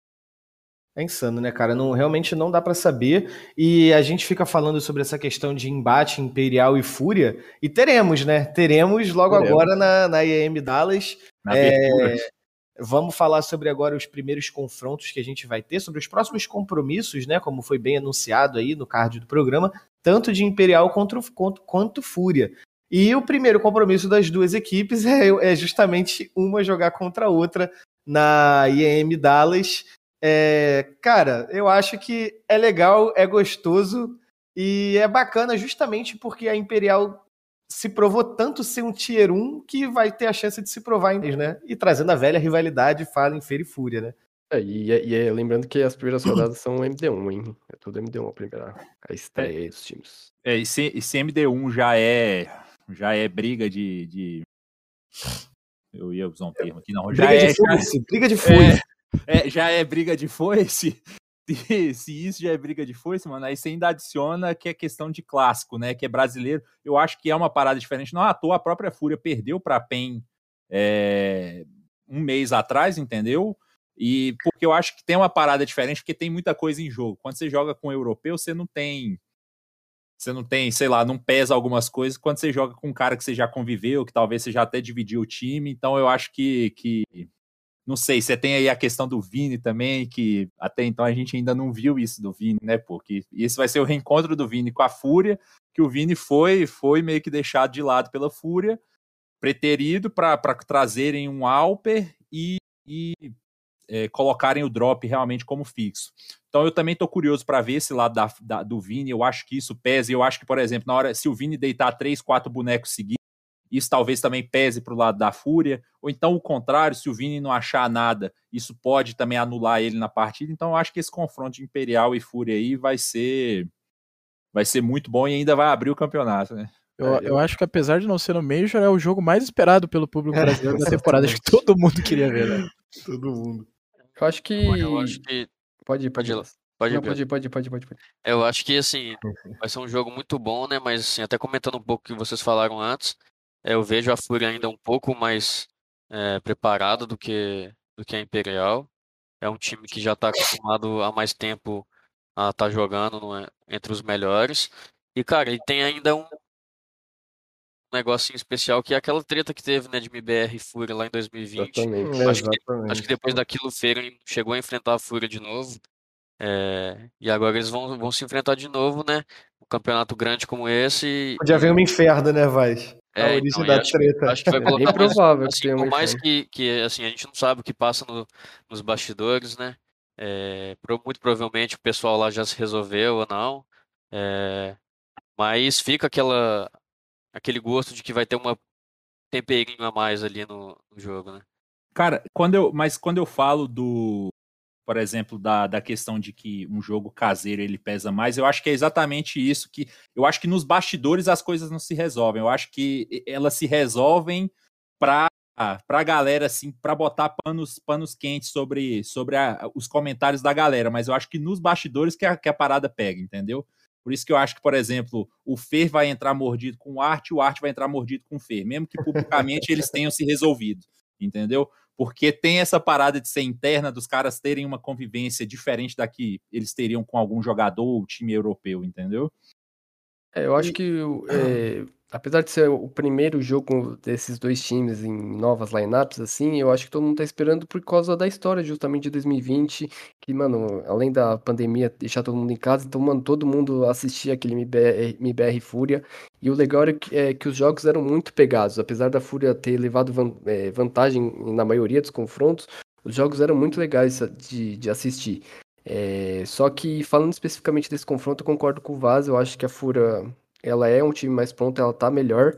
É insano, né, cara? Não, realmente não dá pra saber. E a gente fica falando sobre essa questão de embate Imperial e Fúria. E teremos, né? Teremos logo teremos. agora na, na I E M Dallas. Na é, vamos falar sobre agora os primeiros confrontos que a gente vai ter, sobre os próximos compromissos, né? Como foi bem anunciado aí no card do programa, tanto de Imperial quanto, quanto, quanto Fúria. E o primeiro compromisso das duas equipes é, é justamente uma jogar contra a outra na I E M Dallas. É, cara, eu acho que é legal, é gostoso e é bacana justamente porque a Imperial se provou tanto ser um Tier um que vai ter a chance de se provar ainda, né? E trazendo a velha rivalidade Fallen, Feira e Fúria, né? É, e, e é, lembrando que as primeiras rodadas são M D um, hein? É tudo M D um a primeira, a estreia aí dos times. É, e se, e se M D um já é, já é briga de, de... Eu ia usar um termo aqui, não. Já briga é, de foice, já... briga de foice. É, É, já é briga de foice, se, se isso já é briga de foice, mano, aí você ainda adiciona que é questão de clássico, né, que é brasileiro, eu acho que é uma parada diferente, não à toa a própria Fúria perdeu pra PEN é, um mês atrás, entendeu? E porque eu acho que tem uma parada diferente, porque tem muita coisa em jogo, quando você joga com o europeu, você não tem, você não tem, sei lá, não pesa algumas coisas, quando você joga com um cara que você já conviveu, que talvez você já até dividiu o time, então eu acho que... que não sei, você tem aí a questão do Vini também, que até então a gente ainda não viu isso do Vini, né, porque esse vai ser o reencontro do Vini com a Fúria, que o Vini foi, foi meio que deixado de lado pela Fúria, preterido para trazerem um Alper e, e é, colocarem o drop realmente como fixo. Então eu também tô curioso para ver esse lado da, da, do Vini, eu acho que isso pesa, eu acho que, por exemplo, na hora, se o Vini deitar três, quatro bonecos seguidos, isso talvez também pese para o lado da Fúria, ou então o contrário, se o Vini não achar nada, isso pode também anular ele na partida, então eu acho que esse confronto de Imperial e Fúria aí vai ser vai ser muito bom e ainda vai abrir o campeonato, né? Eu, eu acho que apesar de não ser no Major, é o jogo mais esperado pelo público brasileiro da temporada, acho que todo mundo queria ver, né? Todo mundo. Eu acho que... Eu acho que... Pode ir, pode ir. Pode ir, não, pode ir, pode ir, pode ir, pode ir. Eu acho que, assim, vai ser um jogo muito bom, né, mas, assim, até comentando um pouco o que vocês falaram antes, eu vejo a Fúria ainda um pouco mais é, preparada do que, do que a Imperial. É um time que já está acostumado há mais tempo a estar tá jogando no, entre os melhores. E, cara, e tem ainda um negocinho especial que é aquela treta que teve, né, de M B R e Fúria lá em dois mil e vinte. Exatamente. É, Acho que, exatamente. acho que depois daquilo o Feira chegou a enfrentar a Fúria de novo. É, e agora eles vão, vão se enfrentar de novo, né? Um campeonato grande como esse. Podia haver um inferno, né, Vaz? É, A origem então, e da acho, treta. acho que vai É colocar bem mais, provável que assim, tenha um por mais inferno. que, que assim, a gente não sabe o que passa no- nos bastidores, né? É, pro- muito provavelmente o pessoal lá já se resolveu ou não. É, mas fica aquela, aquele gosto de que vai ter uma temperinho a mais ali no, no jogo, né? Cara, quando eu, mas quando eu falo do, por exemplo, da, da questão de que um jogo caseiro ele pesa mais, eu acho que é exatamente isso que, eu acho que nos bastidores as coisas não se resolvem, eu acho que elas se resolvem pra, pra galera, assim, pra botar panos, panos quentes sobre, sobre a, os comentários da galera, mas eu acho que nos bastidores que a, que a parada pega, entendeu? Por isso que eu acho que, por exemplo, o Fer vai entrar mordido com o Art e o Art vai entrar mordido com o Fer, mesmo que publicamente eles tenham se resolvido, entendeu? Porque tem essa parada de ser interna, dos caras terem uma convivência diferente da que eles teriam com algum jogador ou time europeu, entendeu? É, eu acho que, o- é, apesar de ser o primeiro jogo desses dois times em novas lineups, assim, eu acho que todo mundo tá esperando por causa da história, justamente de dois mil e vinte, que, mano, além da pandemia deixar todo mundo em casa, então, mano, todo mundo assistia aquele M B R, M B R Fúria, e o legal é que, é que os jogos eram muito pegados, apesar da Fúria ter levado van- é, vantagem na maioria dos confrontos, os jogos eram muito legais de, de assistir. É, só que falando especificamente desse confronto, eu concordo com o Vaz, eu acho que a Fúria, ela é um time mais pronto, ela tá melhor,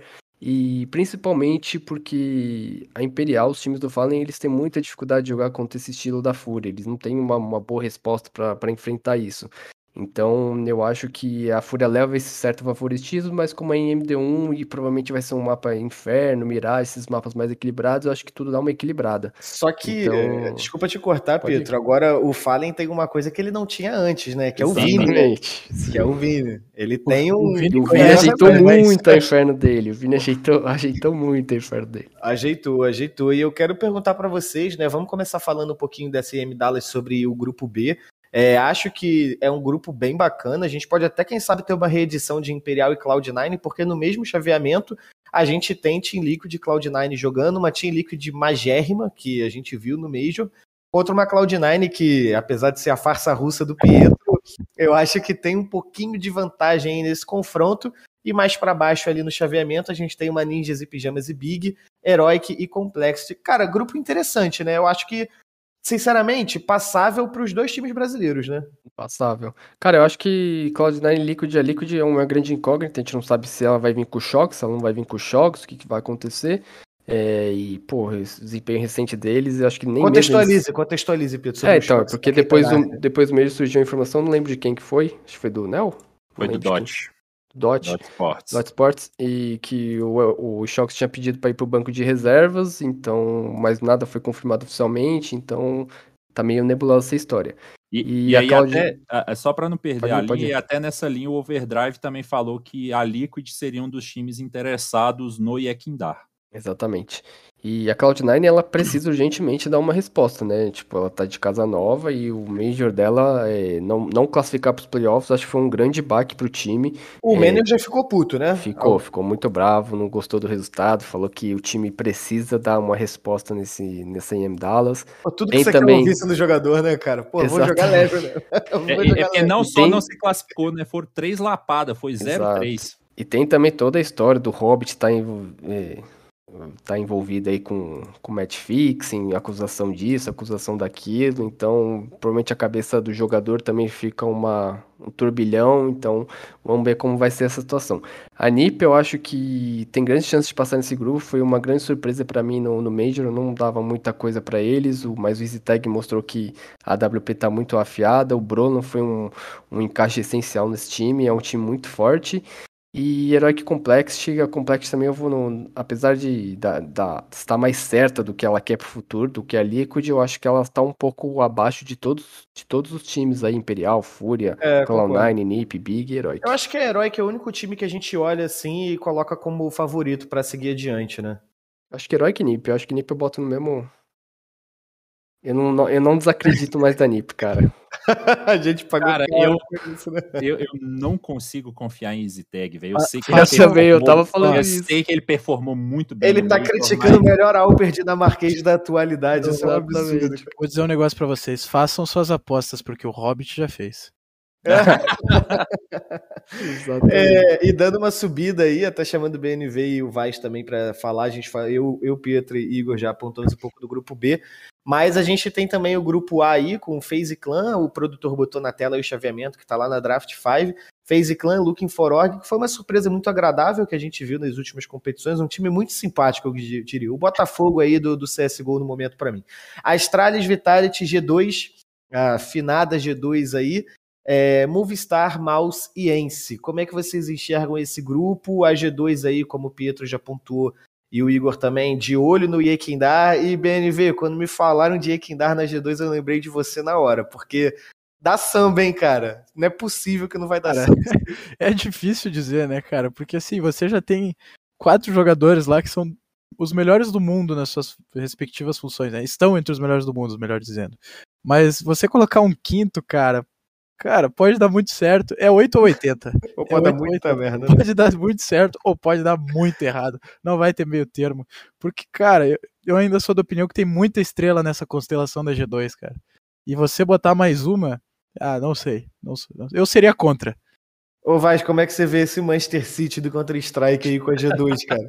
e principalmente porque a Imperial, os times do Fallen, eles têm muita dificuldade de jogar contra esse estilo da Fúria, eles não têm uma, uma boa resposta pra pra enfrentar isso. Então, eu acho que a Fúria leva esse certo favoritismo, mas como é em M D um e provavelmente vai ser um mapa Inferno, Mirage, esses mapas mais equilibrados, eu acho que tudo dá uma equilibrada. Só que, eh, Então, desculpa te cortar, pode ir. Pietro, agora o Fallen tem uma coisa que ele não tinha antes, né? Que é o Vini, né? Exatamente. Que é o Vini. Ele O- tem o um... Vini E o Vini conhece ajeitou também, mas- muito a inferno dele. O Vini ajeitou, ajeitou muito a inferno dele. Ajeitou, ajeitou. E eu quero perguntar para vocês, né? Vamos começar falando um pouquinho da C M Dallas sobre o grupo B. É, acho que é um grupo bem bacana. A gente pode até, quem sabe, ter uma reedição de Imperial e cloud nine, porque no mesmo chaveamento a gente tem Team Liquid e cloud nine jogando, uma Team Liquid magérrima, que a gente viu no Major, contra uma cloud nine que, apesar de ser a farsa russa do Pietro, eu acho que tem um pouquinho de vantagem aí nesse confronto. E mais para baixo ali no chaveamento a gente tem uma Ninjas e Pijamas e Big, Heroic e Complexity. Cara, grupo interessante, né? Eu acho que, sinceramente, passável para os dois times brasileiros, né? Passável. Cara, eu acho que cloud nine Liquid, a Liquid é uma grande incógnita. A gente não sabe se ela vai vir com choques, se ela não vai vir com choques, o que, que vai acontecer. É, e, pô, o desempenho recente deles, eu acho que nem mesmo eles... Contextualize, contextualize, Pedro. sobre É, os então, é choques, porque pra quem depois tá do, na- depois do meio surgiu a informação, não lembro de quem que foi. Acho que foi do Nel? Foi Não do lembro de quem. Dot. Dot. Dot Sports. Dot Sports, e que o, o Shox tinha pedido para ir pro banco de reservas, então, mas nada foi confirmado oficialmente, então tá meio nebulosa essa história. E, E e a aí Cloud- até, a- a- só para não perder Pode ir, a pode linha, ir. e até nessa linha o Overdrive também falou que a Liquid seria um dos times interessados no Yekindar. Exatamente. E a cloud nine, ela precisa urgentemente dar uma resposta, né? Tipo, ela tá de casa nova e o Major dela é não, não classificar pros playoffs, acho que foi um grande baque pro time. O É, Manager já ficou puto, né? Ficou, ficou muito bravo, não gostou do resultado, falou que o time precisa dar uma resposta nesse, nessa I M Dallas. Pô, tudo que Tem você também- quer ouvir sendo jogador, né, cara? Pô, vou jogar Exatamente. leve, né? Vou É, é- jogar é porque leve. não E só tem- não se classificou, né? Foram três lapadas, foi zero três. E tem também toda a história do Hobbit tá, envol- é, tá envolvido aí com, com match fixing, acusação disso, acusação daquilo, então provavelmente a cabeça do jogador também fica uma, um turbilhão, então vamos ver como vai ser essa situação. A N I P eu acho que tem grandes chances de passar nesse grupo, foi uma grande surpresa para mim no, no Major, eu não dava muita coisa para eles, o, mas o EasyTag mostrou que a W P tá muito afiada, o Brolan foi um, um encaixe essencial nesse time, é um time muito forte. E Heroic Complexity, a Complexity também eu vou no, apesar de da, da, estar mais certa do que ela quer pro futuro, do que a Liquid, eu acho que ela está um pouco abaixo de todos, de todos os times aí, Imperial, Fúria, É, cloud concordo. nine, N I P, Big e Heroic. Eu acho que a Heroic é o único time que a gente olha assim e coloca como favorito pra seguir adiante, né? Acho que Heroic e N I P, eu acho que N I P eu boto no mesmo... Eu não, não- eu não desacredito mais da N I P, cara. A gente pagou Cara, caro eu- por isso, né? Eu, eu não consigo confiar em EasyTag, velho. Eu Ah, sei que eu ele também, eu performou- tava falando eu isso. sei que ele performou muito bem. Ele no tá Major, criticando o mas- melhor Alper dinamarquês da atualidade. Isso é um Exatamente. absurdo. Vou dizer um negócio pra vocês. Façam suas apostas, porque o Hobbit já fez. Exatamente. É, e dando uma subida aí, até chamando o B N V e o Vaz também pra falar, a gente fala, eu, eu, Pietro e Igor já apontamos um pouco do grupo B, mas a gente tem também o grupo A aí, com FaZe Clan, o produtor botou na tela aí o chaveamento que tá lá na Draft cinco, FaZe Clan, Looking for Org, que foi uma surpresa muito agradável que a gente viu nas últimas competições, um time muito simpático, eu diria, o Botafogo aí do, do C S G O no momento pra mim. A Astralis Vitality G dois, a finada G dois aí, É, Movistar, Mouse e Ence. Como é que vocês enxergam esse grupo? A G dois aí, como o Pietro já pontuou, e o Igor também, de olho no Yekindar. E B N V, quando me falaram de Yekindar na G dois, eu lembrei de você na hora, porque dá samba, hein, cara? Não é possível que não vai dar Cara, samba. É difícil dizer, né, cara? Porque assim, você já tem quatro jogadores lá que são os melhores do mundo nas suas respectivas funções, né? Estão entre os melhores do mundo, melhor dizendo. Mas você colocar um quinto, cara, Cara, pode dar muito certo. É oito ou oitenta. Ou É pode dar oito ou muita oitenta. merda, né? Pode dar muito certo ou pode dar muito errado. Não vai ter meio termo. Porque, cara, eu, eu ainda sou da opinião que tem muita estrela nessa constelação da G dois, cara. E você botar mais uma, ah, não sei. Não sei. Eu seria contra. Ô Vaz, como é que você vê esse Manchester City do Counter-Strike aí com a G dois, cara?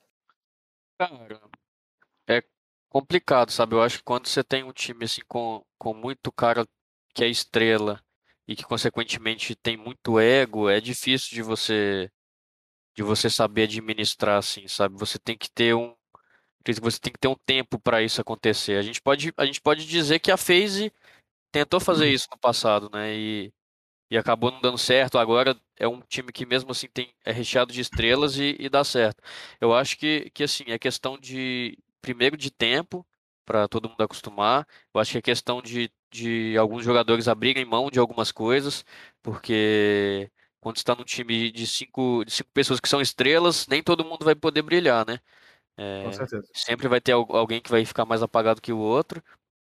Cara, é complicado, sabe? Eu acho que quando você tem um time assim com, com muito cara que é estrela e que consequentemente tem muito ego, é difícil de você de você saber administrar assim, sabe? Você tem que ter um você tem que ter um tempo para isso acontecer. A gente pode a gente pode dizer que a FaZe tentou fazer isso no passado, né? E e acabou não dando certo. Agora é um time que mesmo assim tem, é recheado de estrelas e, e dá certo. Eu acho que, que assim, é questão de, primeiro de tempo, para todo mundo acostumar. Eu acho que é questão de, de alguns jogadores abrirem mão de algumas coisas, porque quando está num time de cinco, de cinco pessoas que são estrelas, nem todo mundo vai poder brilhar, né? Com É, certeza. sempre vai ter al- alguém que vai ficar mais apagado que o outro.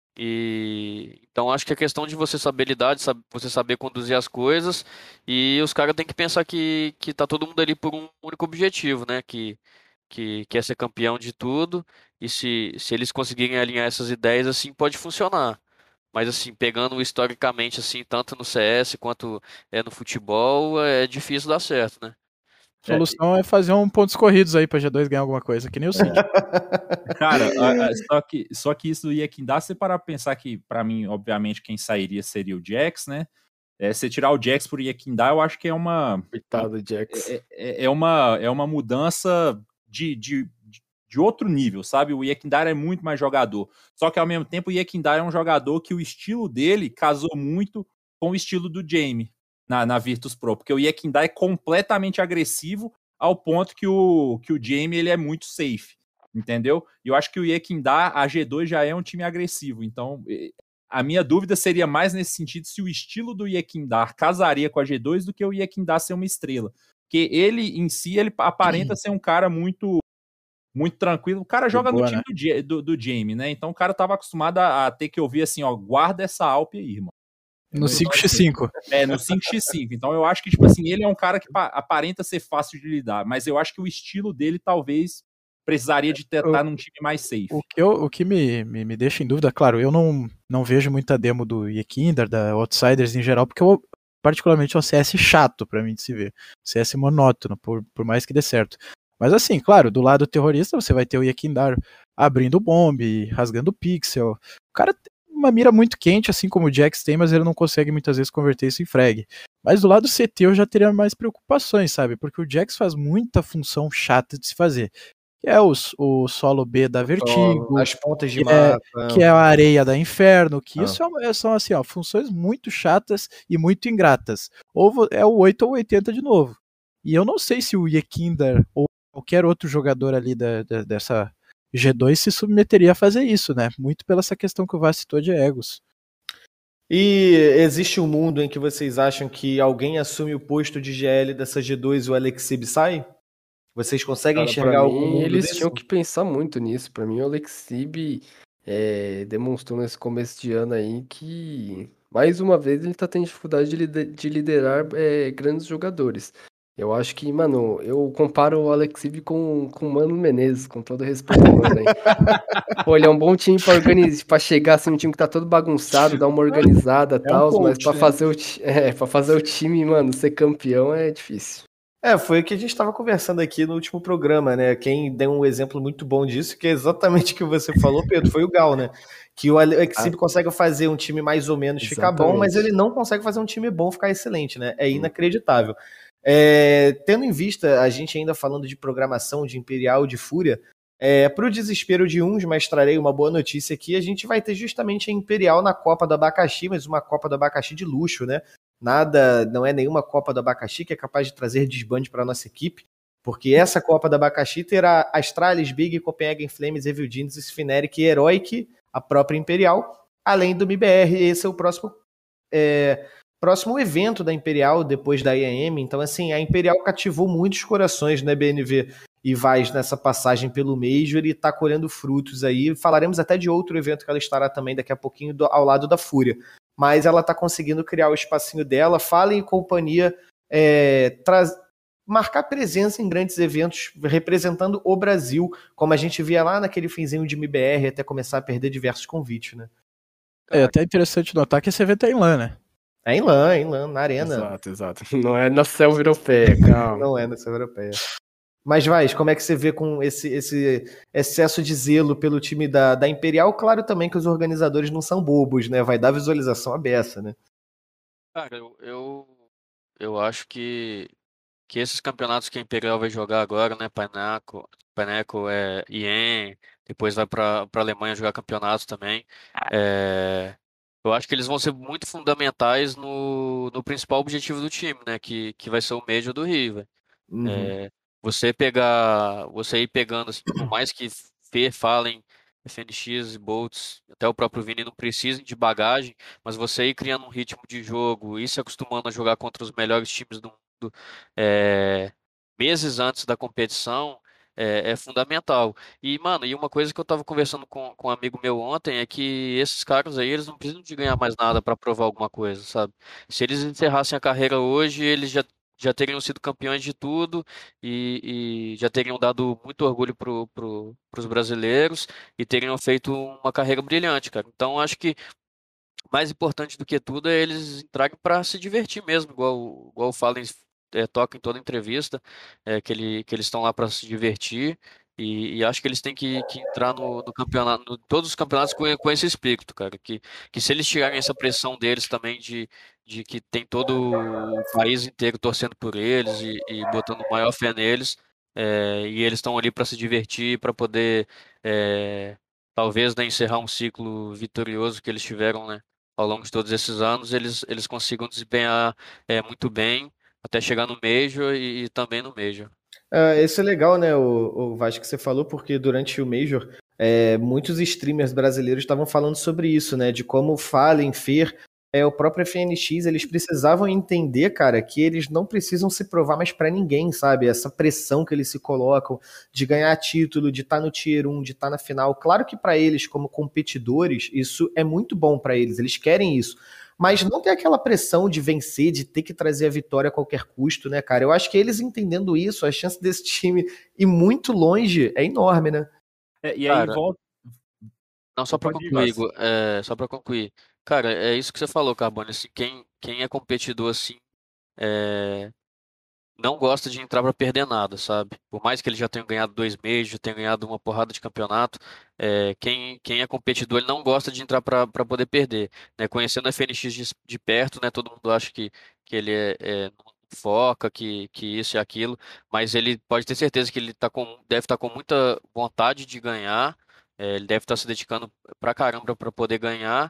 E então acho que é questão de você saber lidar, de sab- você saber conduzir as coisas, e os caras têm que pensar que, que tá todo mundo ali por um único objetivo, né? Que, que quer ser campeão de tudo, e se, se eles conseguirem alinhar essas ideias, assim, pode funcionar. Mas assim, pegando historicamente, assim, tanto no C S quanto é no futebol, é difícil dar certo, né? A solução é fazer um pontos corridos aí pra G dois ganhar alguma coisa, que nem o City. Cara, a- a- só, que, só que isso ia que dá você parar pra pensar que, pra mim, obviamente, quem sairia seria o Jax, né? É, você tirar o Jax por Yekindá, eu acho que é uma. Coitado do Jax. É, é, é uma, é uma mudança de, de, de outro nível, sabe? O Yekindá é muito mais jogador. Só que ao mesmo tempo o Yekindá é um jogador que o estilo dele casou muito com o estilo do Jamie na, na Virtus Pro, porque o Yekindá é completamente agressivo ao ponto que o, que o Jamie ele é muito safe, entendeu? E eu acho que o Yekindá, a G dois já é um time agressivo, então a minha dúvida seria mais nesse sentido se o estilo do Yekindá casaria com a G dois do que o Yekindá ser uma estrela. Porque ele, em si, ele aparenta ser um cara muito muito tranquilo. O cara De joga boa, no time né? do, do, do Jamie, né? Então o cara tava acostumado a, a ter que ouvir assim, ó, guarda essa Alp aí, irmão. No cinco por cinco. É, no cinco por cinco. Então eu acho que, tipo assim, ele é um cara que pa- aparenta ser fácil de lidar, mas eu acho que o estilo dele talvez precisaria de estar num time mais safe. O que, eu, o que me, me, me deixa em dúvida, claro, eu não, não vejo muita demo do Yekinder, da Outsiders em geral, porque eu, particularmente é um C S chato pra mim de se ver. C S monótono, por, por mais que dê certo. Mas assim, claro, do lado terrorista você vai ter o Yekindar abrindo bombe, rasgando pixel. O cara tem uma mira muito quente, assim como o Jax tem, mas ele não consegue muitas vezes converter isso em frag. Mas do lado C T eu já teria mais preocupações, sabe? Porque o Jax faz muita função chata de se fazer. Que é o, o solo B da Vertigo, As pontas de que é, mapa. que é a areia da Inferno, que Ah. isso é, são assim, ó, funções muito chatas e muito ingratas. Ou vo- é o oito ou oitenta de novo. E eu não sei se o Yekinder ou qualquer outro jogador ali da, da- dessa G dois se submeteria a fazer isso, né? Muito pela essa questão que o Vaz citou de egos. E existe um mundo em que vocês acham que alguém assume o posto de G L dessa G dois e o Alexib sai? Vocês conseguem Cara, enxergar pra algum mim, mundo eles desse? tinham que pensar muito nisso. Pra mim, o Alexib é, demonstrou nesse começo de ano aí que, mais uma vez, ele tá tendo dificuldade de, lider- de liderar é, grandes jogadores. Eu acho que, mano, eu comparo o Alexib com, com o Mano Menezes, com todo respeito ao Mano aí. Pô, ele é um bom time pra organizar, pra chegar assim, um time que tá todo bagunçado, dar uma organizada e É um tal, mas coach, pra né? fazer o, ti- é, pra fazer o time, mano, ser campeão é difícil. É, foi o que a gente estava conversando aqui no último programa, né? Quem deu um exemplo muito bom disso, que é exatamente o que você falou, Pedro, foi o Gal, né? Que o Alexib Ah. consegue fazer um time mais ou menos ficar bom, mas Exatamente. ele não consegue fazer um time bom ficar excelente, né? É inacreditável. É, tendo em vista, a gente ainda falando de programação, de Imperial, de Fúria, é, para o desespero de uns, mas trarei uma boa notícia aqui, a gente vai ter justamente a Imperial na Copa do Abacaxi, mas uma Copa do Abacaxi de luxo, né? Nada, não é nenhuma Copa do Abacaxi que é capaz de trazer desbande para a nossa equipe, porque essa Copa do Abacaxi terá Astralis, Big, Copenhagen Flames, Evil Genius, Fnatic e Heroic, a própria Imperial, além do M B R. Esse é o próximo, é, próximo evento da Imperial, depois da I A M. Então, assim, a Imperial cativou muitos corações, né, B N V e Vaz, nessa passagem pelo Major, e está colhendo frutos aí. Falaremos até de outro evento que ela estará também daqui a pouquinho do, ao lado da Fúria. mas ela tá conseguindo criar o espacinho dela. Fallen e companhia é, traz, marcar presença em grandes eventos representando o Brasil, como a gente via lá naquele finzinho de M B R até começar a perder diversos convites, né? É até interessante notar que esse evento é em LAN, né? É em LAN, é em LAN, na arena. Exato, exato. Não é na selva europeia, calma. Não é na selva europeia. Mas, Vaz, como é que você vê com esse, esse excesso de zelo pelo time da, da Imperial? Claro também que os organizadores não são bobos, né? Vai dar visualização à beça, né? Cara, eu, eu, eu acho que, que esses campeonatos que a Imperial vai jogar agora, né? Panaco, Panaco é, I E M, depois vai para a Alemanha jogar campeonatos também. É, eu acho que eles vão ser muito fundamentais no, no principal objetivo do time, né? Que, que vai ser o Major do Rio, velho. Uhum. É, você pegar, você ir pegando, assim, por mais que Fer, Fallen, F N X, Boltz, até o próprio Vini não precisem de bagagem, mas você ir criando um ritmo de jogo e se acostumando a jogar contra os melhores times do mundo é, meses antes da competição é, é fundamental. E, mano, e uma coisa que eu tava conversando com, com um amigo meu ontem é que esses caras aí, eles não precisam de ganhar mais nada para provar alguma coisa, sabe? Se eles encerrassem a carreira hoje, eles já já teriam sido campeões de tudo e, e já teriam dado muito orgulho para pro, os brasileiros e teriam feito uma carreira brilhante, cara. Então, acho que mais importante do que tudo é eles entrarem para se divertir mesmo, igual, igual o Fallen é, toca em toda entrevista, é, que, ele, que eles estão lá para se divertir. E, e acho que eles têm que, que entrar no, no campeonato, no, todos os campeonatos com, com esse espírito, cara. Que, que se eles tirarem essa pressão deles também de, de que tem todo o país inteiro torcendo por eles e, e botando maior fé neles, é, e eles estão ali para se divertir, para poder é, talvez, né, encerrar um ciclo vitorioso que eles tiveram, né, ao longo de todos esses anos, eles, eles consigam desempenhar é, muito bem até chegar no Major e, e também no Major. Uh, isso é legal, né, o, o Vasco, que você falou, porque durante o Major, é, muitos streamers brasileiros estavam falando sobre isso, né, de como Fallen, Fer, é, o próprio F N X, eles precisavam entender, cara, que eles não precisam se provar mais pra ninguém, sabe, essa pressão que eles se colocam de ganhar título, de estar no Tier um, de estar na final, claro que pra eles, como competidores, isso é muito bom pra eles, eles querem isso, mas não tem aquela pressão de vencer, de ter que trazer a vitória a qualquer custo, né, cara? Eu acho que eles entendendo isso, a chance desse time ir muito longe é enorme, né? É, e aí Cara, volta. Não, só para Pode ir, concluir, Vasco. Igor, é, só para concluir. Cara, é isso que você falou, Carbone. Assim, quem, quem é competidor assim, é, não gosta de entrar para perder nada, sabe? Por mais que ele já tenha ganhado dois meses, já tenha ganhado uma porrada de campeonato, é, quem, quem é competidor, ele não gosta de entrar para poder perder, né? Conhecendo a F N X de, de perto, né? Todo mundo acha que, que ele é, é, não foca, que, que isso e aquilo, mas ele pode ter certeza que ele tá com, deve estar com muita vontade de ganhar. É, ele deve estar se dedicando pra caramba para poder ganhar.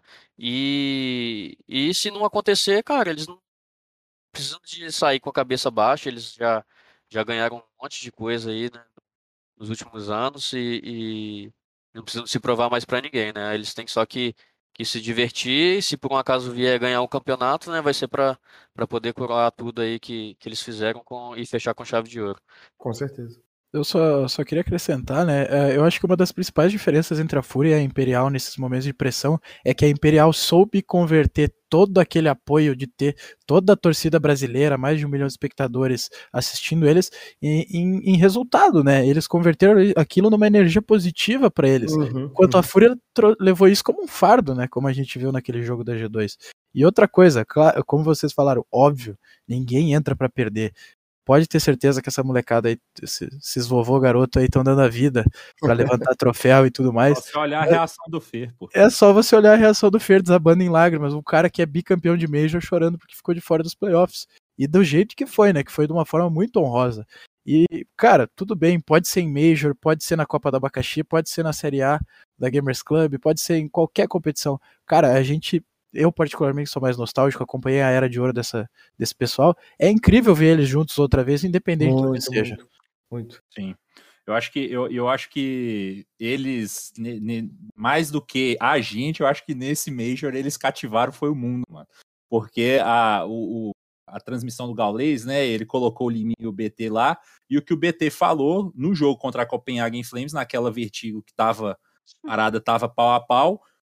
E, e se não acontecer, cara, eles não precisam de sair com a cabeça baixa, eles já, já ganharam um monte de coisa aí, né, nos últimos anos e, e não precisam se provar mais pra ninguém, né? Eles têm só que, que se divertir e se por um acaso vier ganhar um campeonato, né, vai ser pra para poder coroar tudo aí que, que eles fizeram com, e fechar com chave de ouro. Com certeza. Eu só, só queria acrescentar, né? é, Eu acho que uma das principais diferenças entre a Fúria e a Imperial nesses momentos de pressão é que a Imperial soube converter todo aquele apoio de ter toda a torcida brasileira, mais de um milhão de espectadores assistindo eles, em, em, em resultado, né? Eles converteram aquilo numa energia positiva para eles. Uhum, Enquanto uhum. a Fúria tro- levou isso como um fardo, né? Como a gente viu naquele jogo da G dois. E outra coisa, claro, como vocês falaram, óbvio, ninguém entra para perder. Pode ter certeza que essa molecada aí, esses vovô garoto aí estão dando a vida pra levantar troféu e tudo mais. Só você olhar a reação do Fer, pô. É só você olhar a reação do Fer desabando em lágrimas, um cara que é bicampeão de Major chorando porque ficou de fora dos playoffs. E do jeito que foi, né? Que foi de uma forma muito honrosa. E, cara, tudo bem, pode ser em Major, pode ser na Copa do Abacaxi, pode ser na Série A da Gamers Club, pode ser em qualquer competição. Cara, a gente... Eu, particularmente, sou mais nostálgico, acompanhei a era de ouro dessa, desse pessoal. É incrível ver eles juntos outra vez, independente do que Muito, seja. muito, muito. Sim. Eu acho que, eu, eu acho que eles, ne, ne, mais do que a gente, eu acho que nesse Major eles cativaram foi o mundo, mano. Porque a, o, o, a transmissão do Gaules, né, ele colocou o Liminha e o B T lá, e o que o B T falou no jogo contra a Copenhagen Flames, naquela Vertigo que tava, a parada tava pau a pau,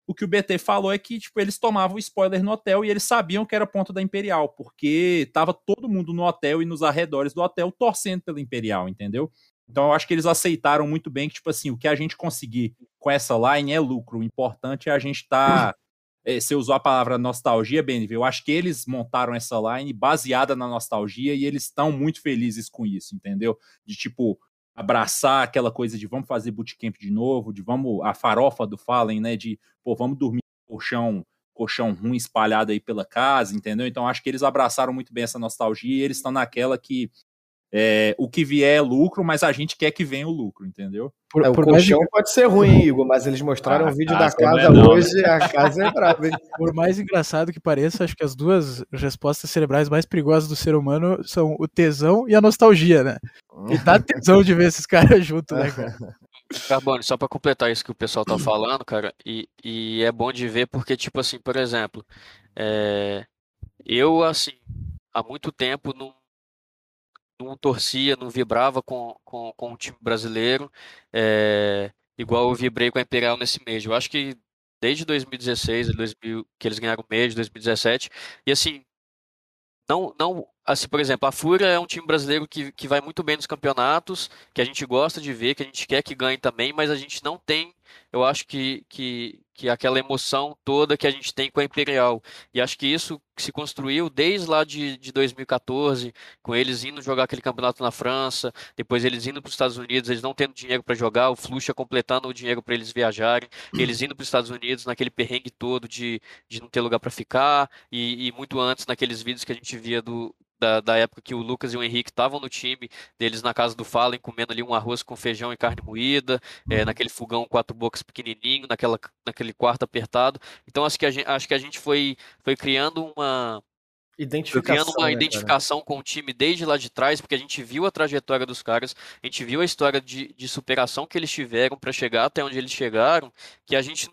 o que o B T falou é que, tipo, eles tomavam spoiler no hotel e eles sabiam que era ponto da Imperial, porque tava todo mundo no hotel e nos arredores do hotel torcendo pela Imperial, entendeu? Então eu acho que eles aceitaram muito bem que, tipo assim, o que a gente conseguir com essa line é lucro. O importante é a gente tá... É, você usou a palavra nostalgia, Benny. Eu acho que eles montaram essa line baseada na nostalgia e eles estão muito felizes com isso, entendeu? De, tipo, abraçar aquela coisa de vamos fazer bootcamp de novo, de vamos... A farofa do Fallen, né? De, pô, vamos dormir com colchão, colchão ruim espalhado aí pela casa, entendeu? Então acho que eles abraçaram muito bem essa nostalgia e eles estão naquela que É, o que vier é lucro, mas a gente quer que venha o lucro, entendeu? Por, é, o por colchão mais... pode ser ruim, Igor, mas eles mostraram o ah, um vídeo da casa não, hoje, né? A casa é brava, hein? Por mais engraçado que pareça, acho que as duas respostas cerebrais mais perigosas do ser humano são o tesão e a nostalgia, né? E dá tesão de ver esses caras juntos, né, cara? Carbone, só pra completar isso que o pessoal tá falando, cara, e, e é bom de ver porque, tipo assim, por exemplo, é, eu, assim, há muito tempo não não torcia, não vibrava com, com, com o time brasileiro, é, igual eu vibrei com a Imperial nesse mês. Eu acho que desde dois mil e dezesseis, dois mil, que eles ganharam o mês, dois mil e dezessete, e assim, não, não, assim, por exemplo, a Fúria é um time brasileiro que, que vai muito bem nos campeonatos, que a gente gosta de ver, que a gente quer que ganhe também, mas a gente não tem, eu acho que, que, que aquela emoção toda que a gente tem com a Imperial. E acho que isso se construiu desde lá de, de dois mil e quatorze, com eles indo jogar aquele campeonato na França, depois eles indo para os Estados Unidos, eles não tendo dinheiro para jogar, o Fluxa completando o dinheiro para eles viajarem, eles indo para os Estados Unidos naquele perrengue todo de, de não ter lugar para ficar, e, e muito antes naqueles vídeos que a gente via do, da, da época que o Lucas e o Henrique estavam no time, deles na casa do Fallen, comendo ali um arroz com feijão e carne moída, é, naquele fogão quatro bocas pequenininho, naquela, naquele quarto apertado. Então acho que a gente, acho que a gente foi, foi criando uma... Identificação, criando uma né, identificação com o time desde lá de trás, porque a gente viu a trajetória dos caras, a gente viu a história de, de superação que eles tiveram para chegar até onde eles chegaram, que a gente não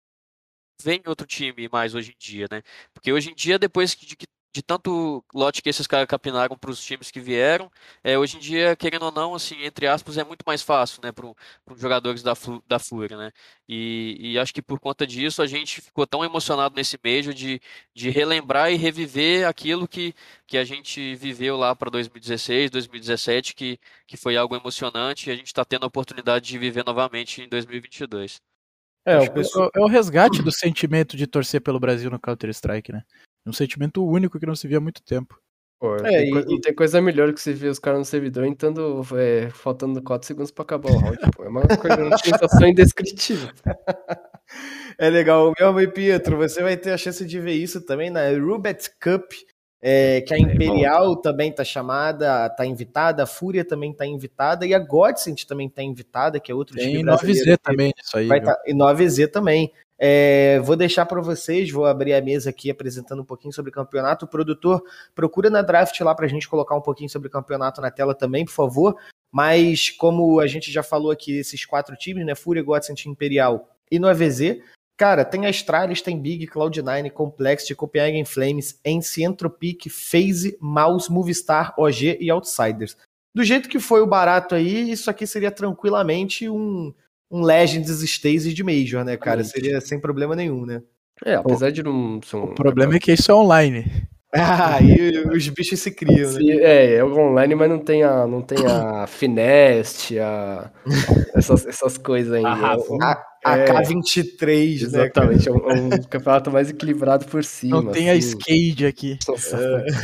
vê em outro time mais hoje em dia, né? Porque hoje em dia, depois de que de tanto lote que esses caras capinaram para os times que vieram, é, hoje em dia, querendo ou não, assim, entre aspas, é muito mais fácil, né, para os jogadores da, da Fúria, né, e, e acho que por conta disso a gente ficou tão emocionado nesse Major de, de relembrar e reviver aquilo que, que a gente viveu lá para dois mil e dezesseis, dois mil e dezessete, que, que foi algo emocionante e a gente está tendo a oportunidade de viver novamente em dois mil e vinte e dois. É, o pessoal... é o resgate do sentimento de torcer pelo Brasil no Counter-Strike, né? Um sentimento único que não se via há muito tempo. Pô, É, tem e- coi- não tem coisa melhor que você ver os caras no servidor entrando, é, faltando quatro segundos pra acabar o round, pô. É uma coisa, uma sensação indescritível. É legal mesmo, e Pietro, você vai ter a chance de ver isso também na Rubet Cup, é, que a Imperial também tá chamada, tá invitada, a Fúria também tá invitada, e a Godsend também tá invitada, que é outro time Tem brasileiro. nove Z que também nisso aí. vai viu? tá, e nove Z também. É, vou deixar para vocês, vou abrir a mesa aqui apresentando um pouquinho sobre o campeonato. O produtor, procura na draft lá pra gente colocar um pouquinho sobre o campeonato na tela também, por favor. Mas como a gente já falou aqui, esses quatro times, né, Fúria, Godsend, Imperial e no A V Z, cara, tem Astralis, tem Big, Cloud nine, Complexity, Copenhagen Flames, Ence, Entropic, FaZe, Mouse, Movistar, O G e Outsiders. Do jeito que foi o barato aí, isso aqui seria tranquilamente um, um Legends Stage de Major, né, cara? Seria sem problema nenhum, né? É, apesar de não ser um... O problema é que isso é online. Ah, e os bichos se criam, né? Se- é, é online, mas não tem a, não tem a Finest, a, essas, essas coisas ainda. A Ravu. A, a É, K vinte e três, né, cara? exatamente, é um, é um campeonato mais equilibrado por cima. Não tem a assim. Skade aqui. Nossa,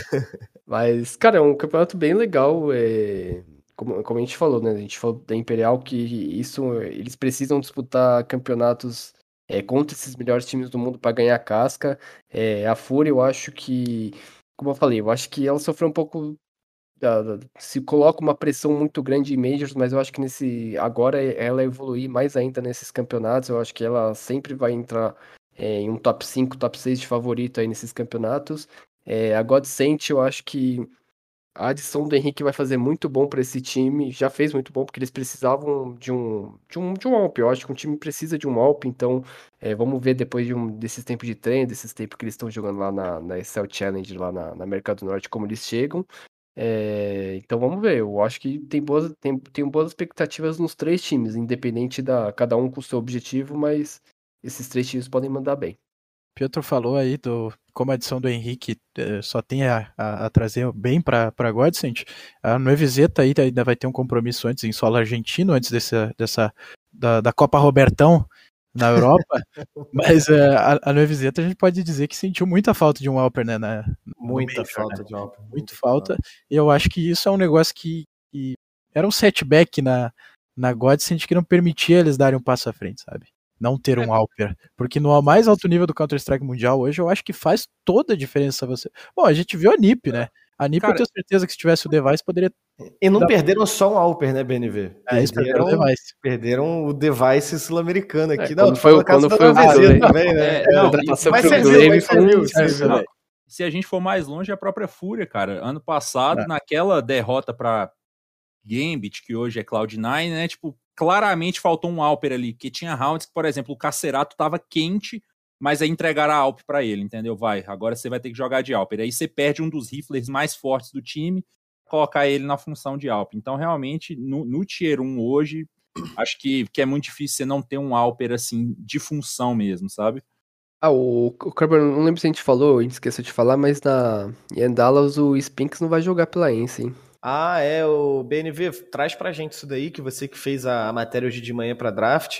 mas, cara, é um campeonato bem legal. É, como, como a gente falou, né? A gente falou da Imperial que isso, eles precisam disputar campeonatos é, contra esses melhores times do mundo para ganhar casca. É, a Fúria, eu acho que, como eu falei, eu acho que ela sofreu um pouco. da- da- se coloca uma pressão muito grande em Majors, mas eu acho que nesse agora ela evoluir mais ainda nesses campeonatos. Eu acho que ela sempre vai entrar é, em um top cinco, top seis de favorito aí nesses campeonatos. É, a Godsent, eu acho que a adição do Henrique vai fazer muito bom para esse time. Já fez muito bom, porque eles precisavam de um de um, de um Alp. Eu acho que um time precisa de um Alp, então é, vamos ver depois de um, desses tempos de treino, desses tempos que eles estão jogando lá na, na Excel Challenge, lá na, na América do Norte, como eles chegam. É, então vamos ver. Eu acho que tem boas, tem, tem boas expectativas nos três times, independente da cada um com o seu objetivo, mas esses três times podem mandar bem. Pietro falou aí do como a adição do Henrique eh, só tem a, a, a trazer bem para a Godsend. A Nuevezeta aí ainda vai ter um compromisso antes em solo argentino, antes dessa, dessa da, da Copa Robertão na Europa. Mas uh, a, a Nuevezeta a gente pode dizer que sentiu muita falta de um Alper, né? Na, muita Major, falta né? de Alper. Muito, muito falta. falta. E eu acho que isso é um negócio que, que era um setback na, na Godsend que não permitia eles darem um passo à frente, sabe? Não ter um Alper, porque no mais alto nível do Counter-Strike mundial hoje eu acho que faz toda a diferença você. Bom, a gente viu a N I P, né? A N I P Cara, eu tenho certeza que se tivesse o device poderia... E não dar... perderam só um Alper, né, B N V? É, eles perderam, perderam o device. Perderam o device sul-americano aqui. É, não, quando foi, quando foi o Brasil também, né? É, não, mas você viu, mas você viu, você viu. Não, se a gente for mais longe, é a própria Fúria, cara. Ano passado, é. naquela derrota pra Gambit, que hoje é Cloud nine, né, tipo, claramente faltou um Alper ali, que tinha rounds que, por exemplo, o Cacerato tava quente, mas aí entregaram a Alp pra ele, entendeu? Vai, agora você vai ter que jogar de Alper. Aí você perde um dos riflers mais fortes do time, colocar ele na função de Alp. Então, realmente, no, no Tier um hoje, acho que, que é muito difícil você não ter um Alper, assim, de função mesmo, sabe? Ah, o, o Kerber, não lembro se a gente falou, a gente esqueceu de falar, mas na em Dallas o Spinks não vai jogar pela Ence, hein? Ah, é, o B N V, traz pra gente isso daí, que você que fez a matéria hoje de manhã pra draft.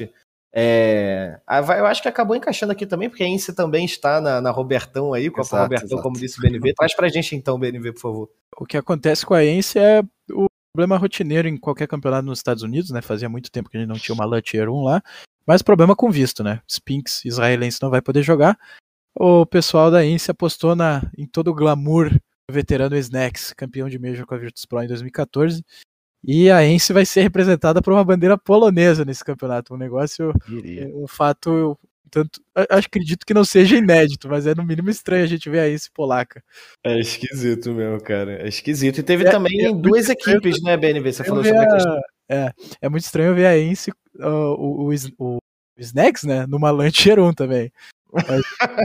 É, eu acho que acabou encaixando aqui também, porque a Ence também está na, na Robertão aí, com a Robertão, exato. Como disse o B N V. Traz pra gente então, B N V, por favor. O que acontece com a Ence é o problema rotineiro em qualquer campeonato nos Estados Unidos, né? Fazia muito tempo que a gente não tinha uma LAN Tier um lá, mas problema com visto, né? Spinks israelense não vai poder jogar. O pessoal da Ence apostou na, em todo o glamour do veterano Snacks, campeão de Major com a Virtus.pro em dois mil e catorze. E a Ence vai ser representada por uma bandeira polonesa nesse campeonato. Um negócio, um, um fato, tanto, acho, acredito que não seja inédito, mas é no mínimo estranho a gente ver a Ence polaca. É esquisito mesmo, cara. É esquisito. E teve é, também é duas equipes, né, B N V? Você falou sobre a, a questão. É, é muito estranho ver a Ence, uh, o, o, o, o Snacks, né, numa LAN Tier um também. Mas...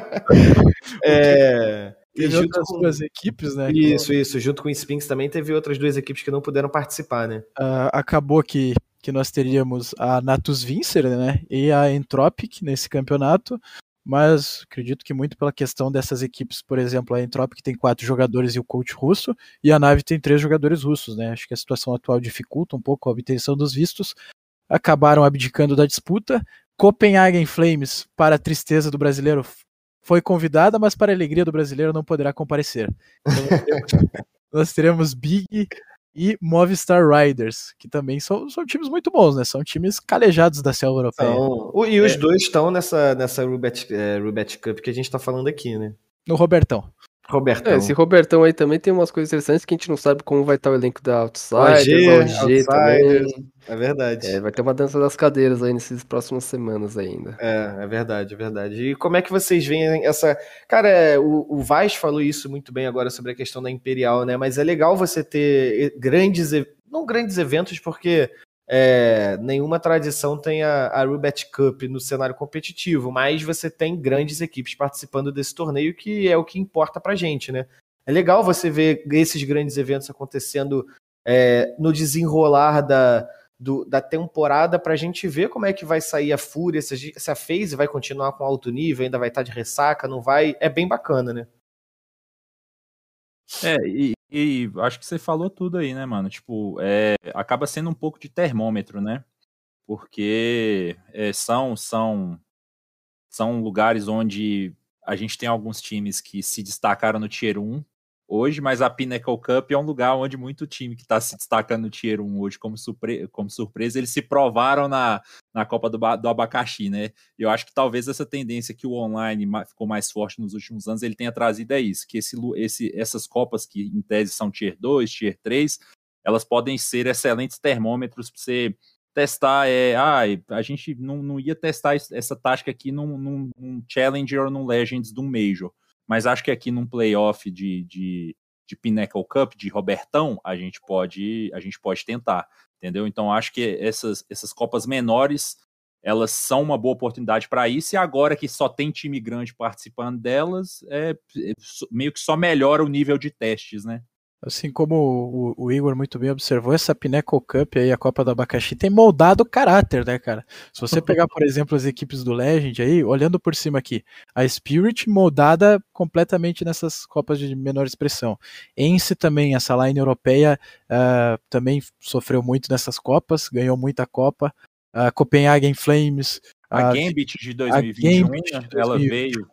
é... E junto com duas equipes, né? Isso, que... isso. Junto com o Spinks também teve outras duas equipes que não puderam participar, né? Uh, acabou que, que nós teríamos a Natus Vincer, né? E a Entropic nesse campeonato, mas acredito que muito pela questão dessas equipes, por exemplo, a Entropic tem quatro jogadores e o coach russo, e a Nave tem três jogadores russos, né? Acho que a situação atual dificulta um pouco a obtenção dos vistos. Acabaram abdicando da disputa. Copenhagen Flames, para a tristeza do brasileiro, foi convidada, mas para a alegria do brasileiro não poderá comparecer. Então, nós, teremos, nós teremos Big e Movistar Riders, que também são, são times muito bons, né? São times calejados da selva europeia. Então, e os é. dois estão nessa, nessa Rubet, é, Rubet Cup que a gente está falando aqui, né? No Robertão. Robertão. É, esse Robertão aí também tem umas coisas interessantes que a gente não sabe como vai estar o elenco da Outsiders, O G, Outsiders também. É verdade. É, vai ter uma dança das cadeiras aí nessas próximas semanas ainda. É, é verdade, é verdade. E como é que vocês veem essa... Cara, o, o Vaz falou isso muito bem agora sobre a questão da Imperial, né? Mas é legal você ter grandes... Não grandes eventos, porque é, nenhuma tradição tem a, a Rubet Cup no cenário competitivo, mas você tem grandes equipes participando desse torneio, que é o que importa pra gente, né? É legal você ver esses grandes eventos acontecendo é, no desenrolar da... Do, da temporada, pra gente ver como é que vai sair a Fúria, se a, se a FaZe vai continuar com alto nível, ainda vai estar de ressaca, não vai, é bem bacana, né? É, e, e acho que você falou tudo aí, né, mano? Tipo, é, acaba sendo um pouco de termômetro, né? Porque é, são, são, são lugares onde a gente tem alguns times que se destacaram no Tier um hoje, mas a Pinnacle Cup é um lugar onde muito time que está se destacando no Tier um hoje como, surpre- como surpresa, eles se provaram na, na Copa do, ba- do Abacaxi, né? Eu acho que talvez essa tendência que o online ma- ficou mais forte nos últimos anos, ele tenha trazido é isso, que esse, esse, essas Copas que em tese são Tier dois, Tier três, elas podem ser excelentes termômetros para você testar, é, ah, a gente não, não ia testar essa tática aqui num, num, num Challenger ou num Legends de um Major, mas acho que aqui num playoff de, de, de Pinnacle Cup, de Robertão, a gente pode, a gente pode tentar, entendeu? Então acho que essas, essas Copas menores, elas são uma boa oportunidade para isso, e agora que só tem time grande participando delas, é, é meio que só melhora o nível de testes, né? Assim como o, o Igor muito bem observou, essa Pinnacle Cup aí, a Copa do Abacaxi, tem moldado o caráter, né, cara? Se você pegar, por exemplo, as equipes do Legend aí, olhando por cima aqui, a Spirit moldada completamente nessas Copas de menor expressão. Ence também, essa line europeia, uh, também sofreu muito nessas Copas, ganhou muita Copa. A Copenhagen Flames... A, a Gambit de dois mil e vinte e um, Gambit de ela veio...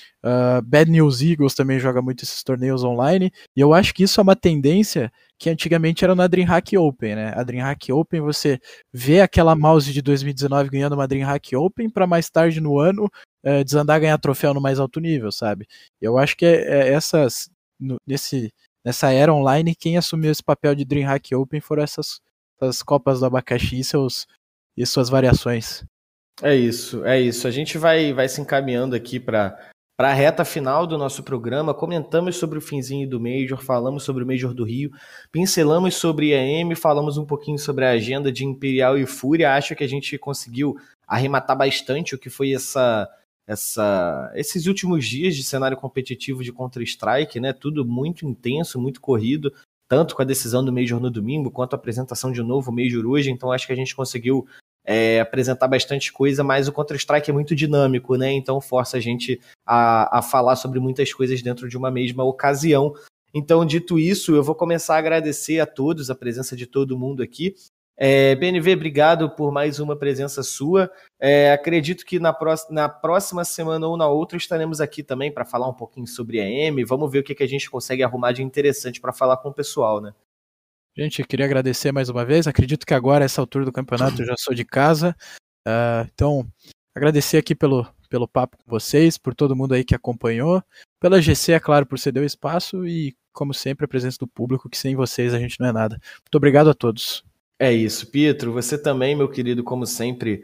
Uh, Bad News Eagles também joga muito esses torneios online, e eu acho que isso é uma tendência que antigamente era na DreamHack Open, né? A DreamHack Open, você vê aquela mouse de dois mil e dezenove ganhando uma DreamHack Open para mais tarde no ano uh, desandar a ganhar troféu no mais alto nível, sabe? Eu acho que é, é essas no, nesse, nessa era online, quem assumiu esse papel de DreamHack Open foram essas, essas Copas do Abacaxi e, seus, e suas variações. É isso, é isso. A gente vai, vai se encaminhando aqui para Para a reta final do nosso programa, comentamos sobre o finzinho do Major, falamos sobre o Major do Rio, pincelamos sobre a E M, falamos um pouquinho sobre a agenda de Imperial e Fúria. Acho que a gente conseguiu arrematar bastante o que foi essa, essa, esses últimos dias de cenário competitivo de Counter-Strike, né? Tudo muito intenso, muito corrido, tanto com a decisão do Major no domingo, quanto a apresentação de um novo Major hoje. Então acho que a gente conseguiu É, apresentar bastante coisa, mas o Counter-Strike é muito dinâmico, né? Então força a gente a, a falar sobre muitas coisas dentro de uma mesma ocasião. Então, dito isso, eu vou começar a agradecer a todos, a presença de todo mundo aqui. É, B N V, obrigado por mais uma presença sua. É, acredito que na, pró- na próxima semana ou na outra estaremos aqui também para falar um pouquinho sobre a E M. Vamos ver o que, que a gente consegue arrumar de interessante para falar com o pessoal, né? Gente, eu queria agradecer mais uma vez. Acredito que agora, essa altura do campeonato, eu já sou de casa. Uh, então, agradecer aqui pelo, pelo papo com vocês, por todo mundo aí que acompanhou. Pela G C, é claro, por ceder o espaço e, como sempre, a presença do público, que sem vocês a gente não é nada. Muito obrigado a todos. É isso, Pietro. Você também, meu querido, como sempre,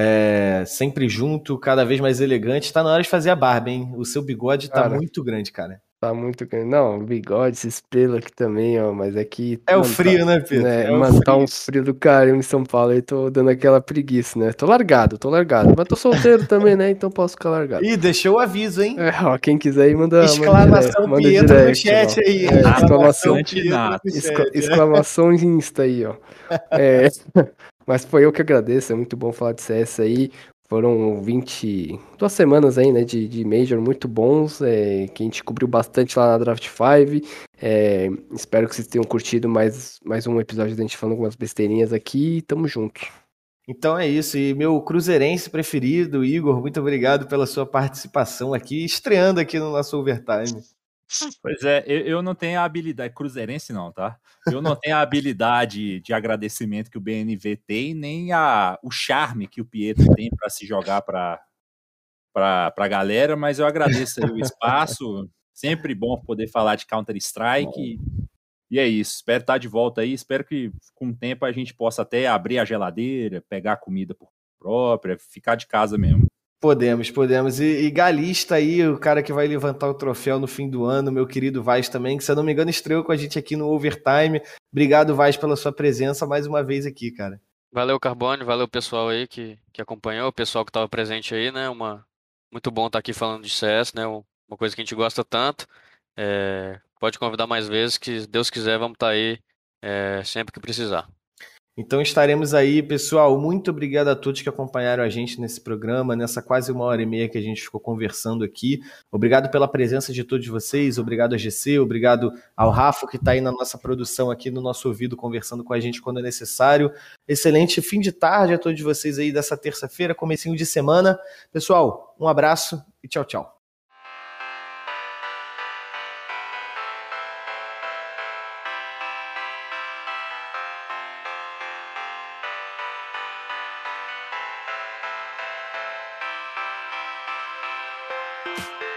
é, sempre junto, cada vez mais elegante. Tá na hora de fazer a barba, hein? O seu bigode tá Cara, muito grande, cara. Tá muito grande. Não, bigode, esses pelos aqui também, ó. Mas aqui. É o mano, frio, tá, né, Pedro? né, É o mano, tá frio. um frio do caramba em São Paulo. Aí tô dando aquela preguiça, né? Tô largado, tô largado. Mas tô solteiro também, né? Então posso ficar largado. Ih, deixou o aviso, hein? É, ó, quem quiser aí, manda. Exclamação manda Pietro direct, no chat ó. aí. É, exclamação, Pietro no excla- chat. exclamação Insta aí, ó. É, mas foi eu que agradeço. É muito bom falar de C S aí. Foram vinte, duas semanas aí, né, de, de Major muito bons, é, que a gente cobriu bastante lá na Draft cinco. É, espero que vocês tenham curtido mais, mais um episódio da gente falando algumas besteirinhas aqui. Tamo junto. Então é isso. E meu cruzeirense preferido, Igor, muito obrigado pela sua participação aqui, estreando aqui no nosso Overtime. Pois é, eu, eu não tenho a habilidade, cruzeirense não, tá? Eu não tenho a habilidade de agradecimento que o B N V tem, nem a, o charme que o Pietro tem para se jogar para a galera, mas eu agradeço aí o espaço, sempre bom poder falar de Counter-Strike, e é isso, espero estar de volta aí, espero que com o tempo a gente possa até abrir a geladeira, pegar a comida por própria, ficar de casa mesmo. Podemos, podemos. E, e Galista aí, o cara que vai levantar o troféu no fim do ano, meu querido Vaz também, que se eu não me engano estreou com a gente aqui no Overtime. Obrigado, Vaz, pela sua presença mais uma vez aqui, cara. Valeu, Carbone, valeu pessoal aí que, que acompanhou, o pessoal que estava presente aí, né? Uma, muito bom estar aqui falando de C S, né? Uma coisa que a gente gosta tanto. É, pode convidar mais vezes, que se Deus quiser, vamos estar aí é, sempre que precisar. Então estaremos aí, pessoal. Muito obrigado a todos que acompanharam a gente nesse programa, nessa quase uma hora e meia que a gente ficou conversando aqui. Obrigado pela presença de todos vocês, obrigado a G C, obrigado ao Rafa que está aí na nossa produção, aqui no nosso ouvido, conversando com a gente quando é necessário. Excelente fim de tarde a todos vocês aí dessa terça-feira, comecinho de semana. Pessoal, um abraço e tchau, tchau. We'll be right back.